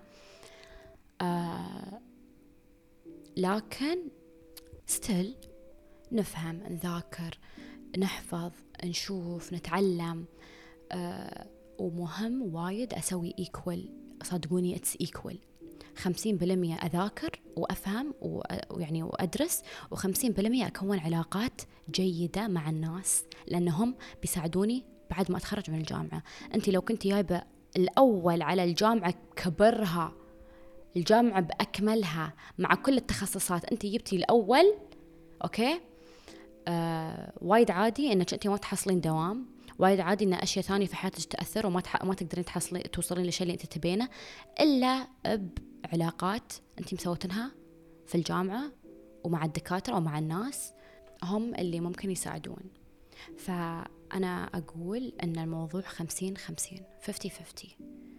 آه لكن ستيل نفهم، نذاكر، نحفظ، نشوف، نتعلم. آه ومهم وايد أسوي إيكوال، صدقوني إتس إيكوال، خمسين بالمية أذاكر وأفهم ويعني وأدرس، وخمسين بالمية أكون علاقات جيدة مع الناس لأنهم بيساعدوني بعد ما أتخرج من الجامعة. أنت لو كنت جايبة الأول على الجامعة كبرها، الجامعة بأكملها مع كل التخصصات أنت جبتي الأول، أوكي، آه، وايد عادي أنك أنت ما تحصلين دوام، وايد عادي ان اشياء ثانيه في حياتك تاثر وما تح... ما تقدرين تحصلين توصلين للشيء اللي انت تبينه الا بعلاقات انت مسوتنها في الجامعه ومع الدكاتره ومع الناس هم اللي ممكن يساعدون. فانا اقول ان الموضوع خمسين خمسين فيفتي فيفتي.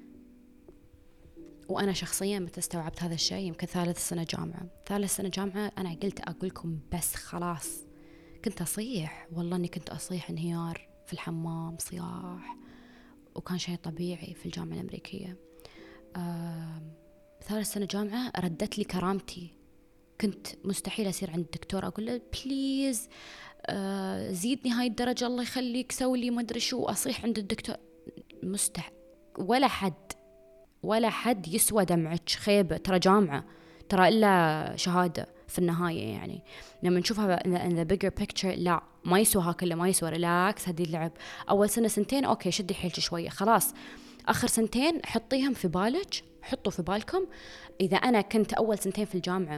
وانا شخصيا متى استوعبت هذا الشيء يمكن ثالث سنه جامعه ثالث سنه جامعه انا قلت اقول لكم بس خلاص، كنت اصيح والله اني كنت اصيح انهيار في الحمام صياح، وكان شيء طبيعي في الجامعة الأمريكية. آه، ثالث سنة جامعة ردت لي كرامتي، كنت مستحيل أصير عند الدكتور أقول له بليز آه، زيدني هاي الدرجة الله يخليك سوي لي ما أدري شو، أصيح عند الدكتور مستح ولا حد ولا حد يسوى دمعك، خيبة، ترى جامعة، ترى إلا شهادة في النهاية. يعني لما نشوفها in the bigger picture لا ما يسوى هكذا، ما يسوى، ريلاكس، هدي اللعب. أول سنة سنتين أوكي شدي حيلك شوية خلاص، آخر سنتين حطيهم في بالك، حطوا في بالكم إذا أنا كنت أول سنتين في الجامعة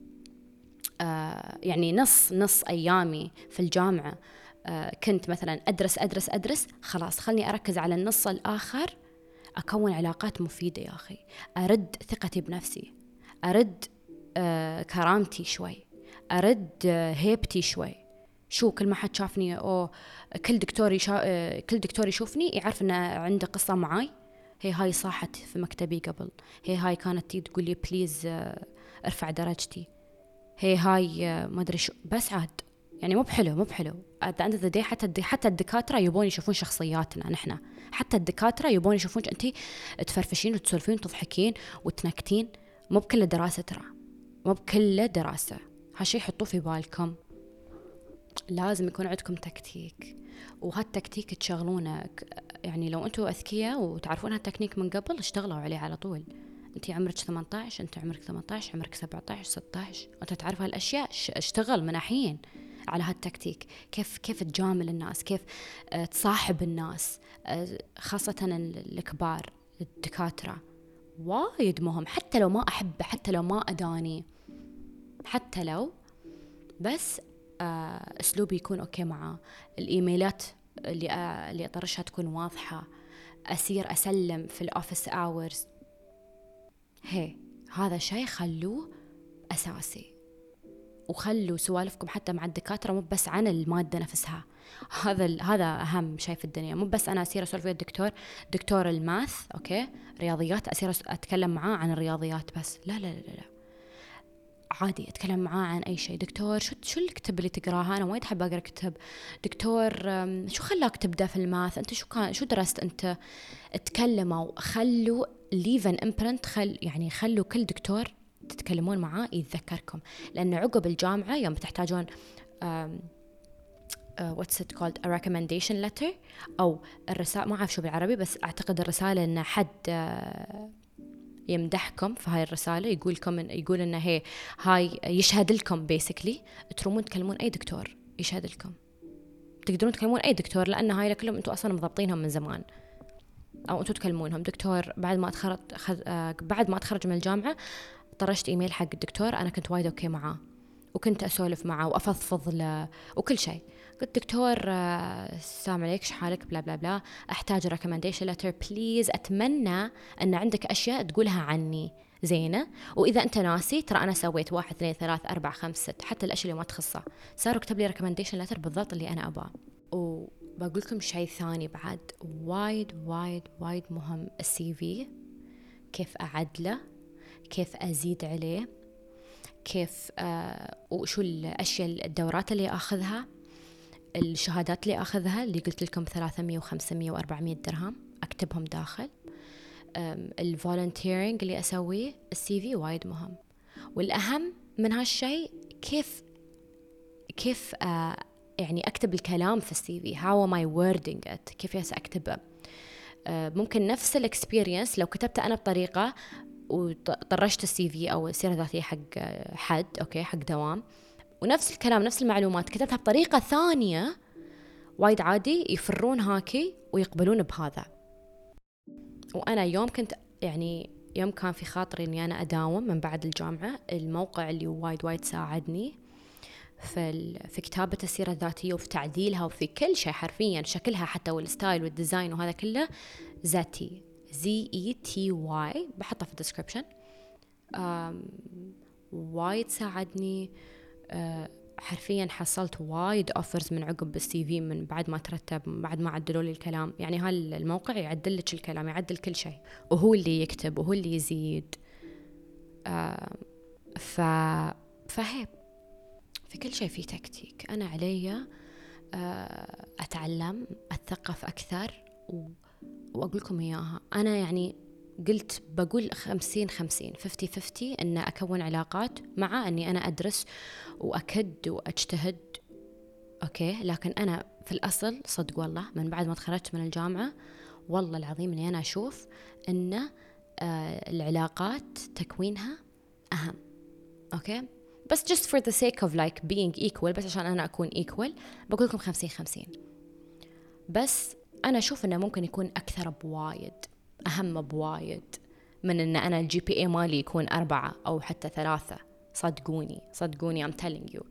آه يعني نص نص أيامي في الجامعة آه كنت مثلا أدرس أدرس أدرس خلاص خلني أركز على النص الآخر أكون علاقات مفيدة يا أخي، أرد ثقتي بنفسي، أرد آه كرامتي شوي، أرد آه هيبتي شوي. شو كل ما حد شافني أو كل دكتور يشا... آه كل دكتور يشوفني يعرف إن عنده قصة معاي، هي هاي صاحت في مكتبي قبل، هي هاي كانت تي تقول لي بليز آه ارفع درجتي، هي هاي آه ما أدري شو، بس عاد يعني مو بحلو مو بحلو at the end of the day. حتى الد... حتى الدكاترة يبون يشوفون شخصياتنا نحنا، حتى الدكاترة يبون يشوفونك أنتي تفرفشين وتسولفين وتضحكين وتنكتين، مو بكل دراسة ترى، مو بكل دراسة. هالشي حطوه في بالكم، لازم يكون عندكم تكتيك، وهالتكتيك تشغلونه. يعني لو أنتوا أذكياء وتعرفون هالتكنيك من قبل اشتغلوا عليه على طول. أنتي عمرك ثمانية عشر، أنت عمرك ثمانية عشر، عمرك سبعة عشر، ستة عشر، وأنت تعرف هالأشياء، اشتغل من الحين على هالتكتيك، كيف كيف تجامل الناس، كيف اه تصاحب الناس، اه خاصة الكبار الدكاترة وايد مهم. حتى لو ما أحبه، حتى لو ما أداني، حتى لو بس اه أسلوبي يكون أوكي معاه، الإيميلات اللي اه اللي أطرشها تكون واضحة، أسير أسلم في الأوفيس أورز، هي هذا شيء خلوه أساسي. وخلوا سوالفكم حتى مع الدكاترة مو بس عن المادة نفسها. هذا ال- هذا أهم شيء في الدنيا. مو بس أنا أصير أسولف ويا الدكتور، دكتور الماث أوكي رياضيات، أصير أس- أتكلم معاه عن الرياضيات بس، لا لا لا لا عادي أتكلم معاه عن أي شيء. دكتور شو شو الكتب اللي تقراها؟ أنا وايد أحب أقرأ كتب. دكتور أم، شو خلاك تبدأ في الماث؟ أنت شو كان شو درست أنت؟ اتكلموا، خلوا ليفن امبرنت، خل يعني خلوا كل دكتور تتكلمون معاه يتذكركم. لأن عقب الجامعة يوم تحتاجون um, uh, what's it called a recommendation letter أو الرسالة، ما أعرف شو بالعربي بس أعتقد الرسالة إن حد uh, يمدحكم في هاي الرسالة، يقول لكم يقول إنه هي هاي يشهد لكم basically، ترومون تكلمون أي دكتور يشهد لكم. تقدرون تكلمون أي دكتور لأن هاي كلهم أنتوا أصلا مضبطينهم من زمان، أو أنتوا تكلمونهم. دكتور بعد ما أتخرج خذ... آه بعد ما أتخرج من الجامعة طرشت إيميل حق الدكتور، أنا كنت وايد أوكي معاه وكنت أسولف معاه وأفضفض له وكل شيء. قلت دكتور آه السلام عليك شو حالك بلا بلا بلا، أحتاج recommendation letter بليز، أتمنى أن عندك أشياء تقولها عني زينة، وإذا أنت ناسي ترى أنا سويت واحد اثنين ثلاث أربع خمس ست، حتى الأشياء اللي ما تخصه صاروا كتب لي recommendation letter بالضبط اللي أنا أباه. وبقول لكم شيء ثاني بعد وايد وايد وايد مهم، السي في كيف أعدله، كيف أزيد عليه، كيف آه وشو الأشياء الدورات اللي أخذها، الشهادات اللي أخذها اللي قلت لكم ثلاثمية وخمسمية وأربعمية درهم أكتبهم داخل، الفولنتيرينج اللي أسويه. السي في وايد مهم، والأهم من هالشيء كيف كيف آه يعني أكتب الكلام في السي في، how am I wording it، كيف أكتبه. آه ممكن نفس الإكسبيرينس لو كتبته أنا بطريقة وطرشت السي في أو السيرة الذاتية حق حد أوكي حق دوام، ونفس الكلام نفس المعلومات كتبتها بطريقة ثانية، وايد عادي يفرون هاكي ويقبلون بهذا. وأنا يوم كنت يعني يوم كان في خاطري إني أنا أداوم من بعد الجامعة، الموقع اللي وايد وايد ساعدني في في كتابة السيرة الذاتية وفي تعديلها وفي كل شيء حرفيا، شكلها حتى والستايل والديزاين وهذا كله، زاتي زي اي تي واي، بحطها في الديسكريبشن. وايد ساعدني. أه حرفيا حصلت وايد اوفرز من عقب السي في من بعد ما ترتب، من بعد ما عدلوا لي الكلام. يعني هالموقع يعدل لك الكلام، يعدل كل شيء، وهو اللي يكتب وهو اللي يزيد. أه ف فهي في كل شيء في تكتيك. أنا علي أه أتعلم أتثقف أكثر و... وأقول لكم إياها. أنا يعني قلت بقول خمسين خمسين ففتي ففتي أن أكون علاقات مع أني أنا أدرس وأكد وأجتهد أوكي. لكن أنا في الأصل صدق والله من بعد ما تخرجت من الجامعة والله العظيم أني أنا أشوف أن آه العلاقات تكوينها أهم أوكي. بس just for the sake of like being equal، بس عشان أنا أكون equal بقول لكم خمسين خمسين. بس أنا أشوف أنه ممكن يكون أكثر بوايد، أهم بوايد من أن أنا الجي بي اي مالي يكون أربعة أو حتى ثلاثة. صدقوني صدقوني I'm telling you.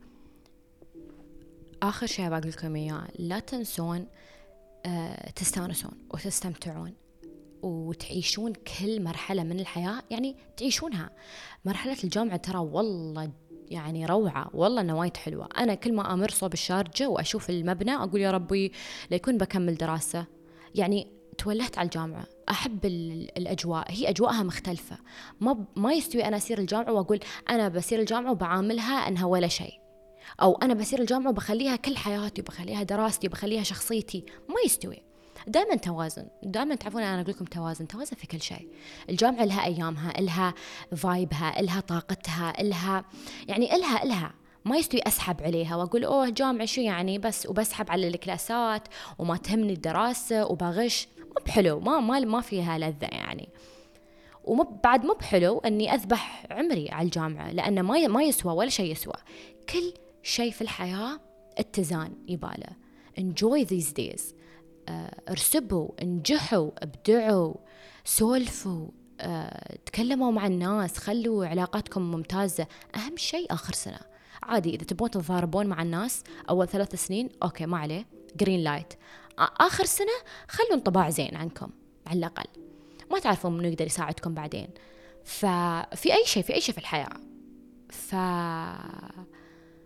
آخر شيء بقول لكم إياه، لا تنسون آه تستانسون وتستمتعون وتعيشون كل مرحلة من الحياة، يعني تعيشونها. مرحلة الجامعة ترى والله يعني روعة، والله أنها وايد حلوة. أنا كل ما أمر صوب الشارجة وأشوف المبنى أقول يا ربي ليكون بكمل دراسة. يعني تولهت على الجامعة، أحب الأجواء، هي أجواءها مختلفة. ما ما يستوي أنا أسير الجامعة وأقول أنا بسير الجامعة وبعاملها أنها ولا شيء، أو أنا بسير الجامعة وبخليها كل حياتي وبخليها دراستي وبخليها شخصيتي. ما يستوي. دائما توازن، دائما تعرفون أنا أقول لكم توازن توازن في كل شيء. الجامعة لها أيامها، لها فايبها، لها طاقتها، لها يعني لها لها ما يستوي أسحب عليها وأقول أوه جامعة شو يعني بس وبسحب على الكلاسات وما تهمني الدراسة وبغش. مو بحلو، ما ما ما فيها لذة يعني. ومو بعد مو بحلو أني أذبح عمري على الجامعة، لأنه ما ما يسوى ولا شيء يسوى. كل شيء في الحياة اتزان يباله. enjoy these days. ارسبوا، انجحوا، ابدعوا، سولفوا، أه، تكلموا مع الناس، خلوا علاقاتكم ممتازة. أهم شيء آخر سنة عادي إذا تبون تتضاربون مع الناس أول ثلاث سنين أوكي ما عليه جرين لايت. آخر سنة خلوا انطباع زين عنكم على الأقل، ما تعرفون منو يقدر يساعدكم بعدين. ففي أي شيء في أي شيء في الحياة. ف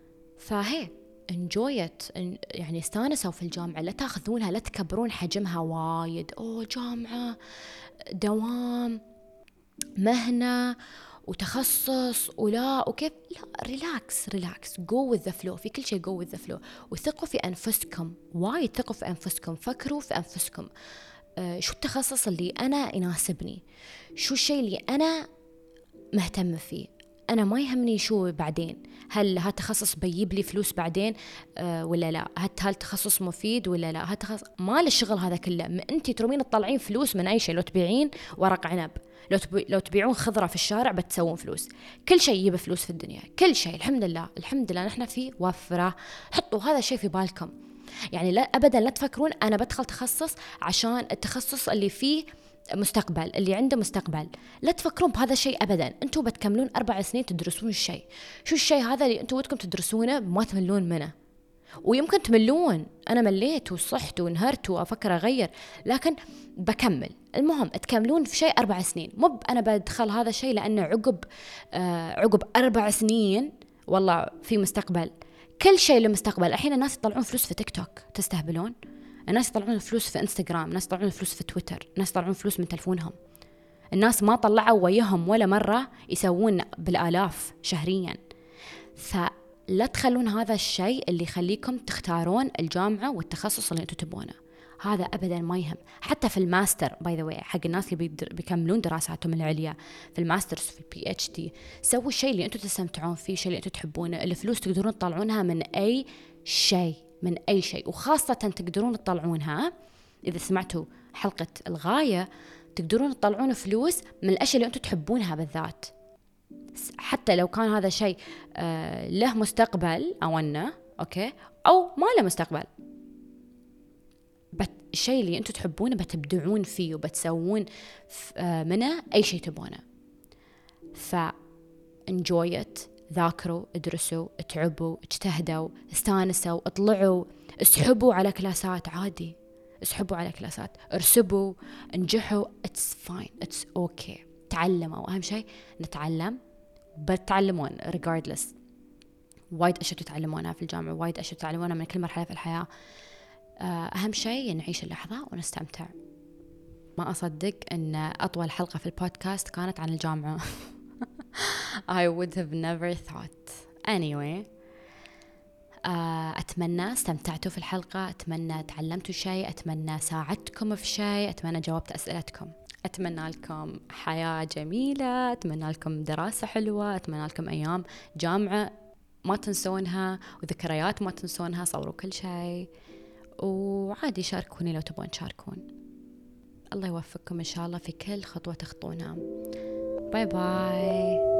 فهي enjoy it، يعني استانسوا في الجامعة، لا تاخذونها، لا تكبرون حجمها وايد، أوه جامعة دوام مهنة وتخصص ولا وكيف، لا ريلاكس ريلاكس go with the flow في كل شيء go with the flow. وثقوا في أنفسكم، وايد ثقوا في أنفسكم، فكروا في أنفسكم، آه شو التخصص اللي أنا يناسبني، شو الشيء اللي أنا مهتم فيه، أنا ما يهمني شو بعدين، هل هالتخصص بيجيب لي فلوس بعدين آه ولا لا، هل هالتخصص مفيد ولا لا، هالتخصص ما الشغل هذا كله. أنت ترومين تطلعين فلوس من أي شيء، لو تبيعين ورق عنب، لو تبي لو تبيعون خضرة في الشارع بتسوون فلوس، كل شيء يجيب فلوس في الدنيا، كل شيء الحمد لله الحمد لله نحن في وفرة. حطوا هذا الشيء في بالكم، يعني لا أبدا لا تفكرون أنا بدخل تخصص عشان التخصص اللي فيه مستقبل، اللي عنده مستقبل، لا تفكرون بهذا الشيء أبدا. أنتوا بتكملون أربع سنين تدرسون الشيء، شو الشيء هذا اللي أنتوا ودكم تدرسونه ما تملون منه، ويمكن تملون، أنا مليت وصحت وانهرت وأفكر أغير، لكن بكمل. المهم تكملون في شيء أربع سنين، مو أنا بدخل هذا الشيء لأنه عقب آه عقب أربع سنين والله في مستقبل. كل شيء له مستقبل. الحين الناس يطلعون فلوس في تيك توك، تستهبلون؟ الناس يطلعون فلوس في انستغرام، الناس يطلعون فلوس في تويتر، الناس يطلعون فلوس من تلفونهم. الناس ما طلعوا وياهم ولا مرة يسوون بالآلاف شهريا. فلا تخلون هذا الشيء اللي يخليكم تختارون الجامعة والتخصص اللي انتم تبونه، هذا أبدا ما يهم. حتى في الماستر باي ذا واي، حق الناس اللي بيكملون دراساتهم العليا في الماسترز في البي اتش دي، سووا الشيء اللي انتم تستمتعون فيه، الشيء اللي انتم تحبونه. الفلوس تقدرون تطلعونها من أي شيء، من أي شيء، وخاصة تقدرون تطلعونها إذا سمعتوا حلقة الغاية، تقدرون تطلعون فلوس من الأشياء اللي أنتم تحبونها بالذات، حتى لو كان هذا شيء آه له مستقبل أو أنه أوكي أو ما له مستقبل، بس الشيء اللي أنتم تحبونه بتبدعون فيه وبتسوون آه منه أي شيء تبونه. ف enjoy it، ذاكروا، ادرسوا، اتعبوا، اجتهدوا، استانسوا، اطلعوا، اسحبوا على كلاسات عادي، اسحبوا على كلاسات، ارسبوا، انجحوا، it's fine it's okay. تعلموا، أهم شيء نتعلم، بتعلمون regardless. وايد أشياء تتعلمونها في الجامعة، وايد أشياء تتعلمونها من كل مرحلة في الحياة. أهم شيء نعيش اللحظة ونستمتع. ما أصدق أن أطول حلقة في البودكاست كانت عن الجامعة. I would have never thought. Anyway, أتمنى استمتعتوا في الحلقة، أتمنى تعلمتوا شيء، أتمنى ساعدتكم في شيء، أتمنى جاوبت أسئلتكم. أتمنى لكم حياة جميلة، أتمنى لكم دراسة حلوة، أتمنى لكم أيام جامعة ما تنسونها، وذكريات ما تنسونها. صوروا كل شيء، وعادي شاركوني لو تبون تشاركون. الله يوفقكم إن شاء الله في كل خطوة تخطونها. باي باي.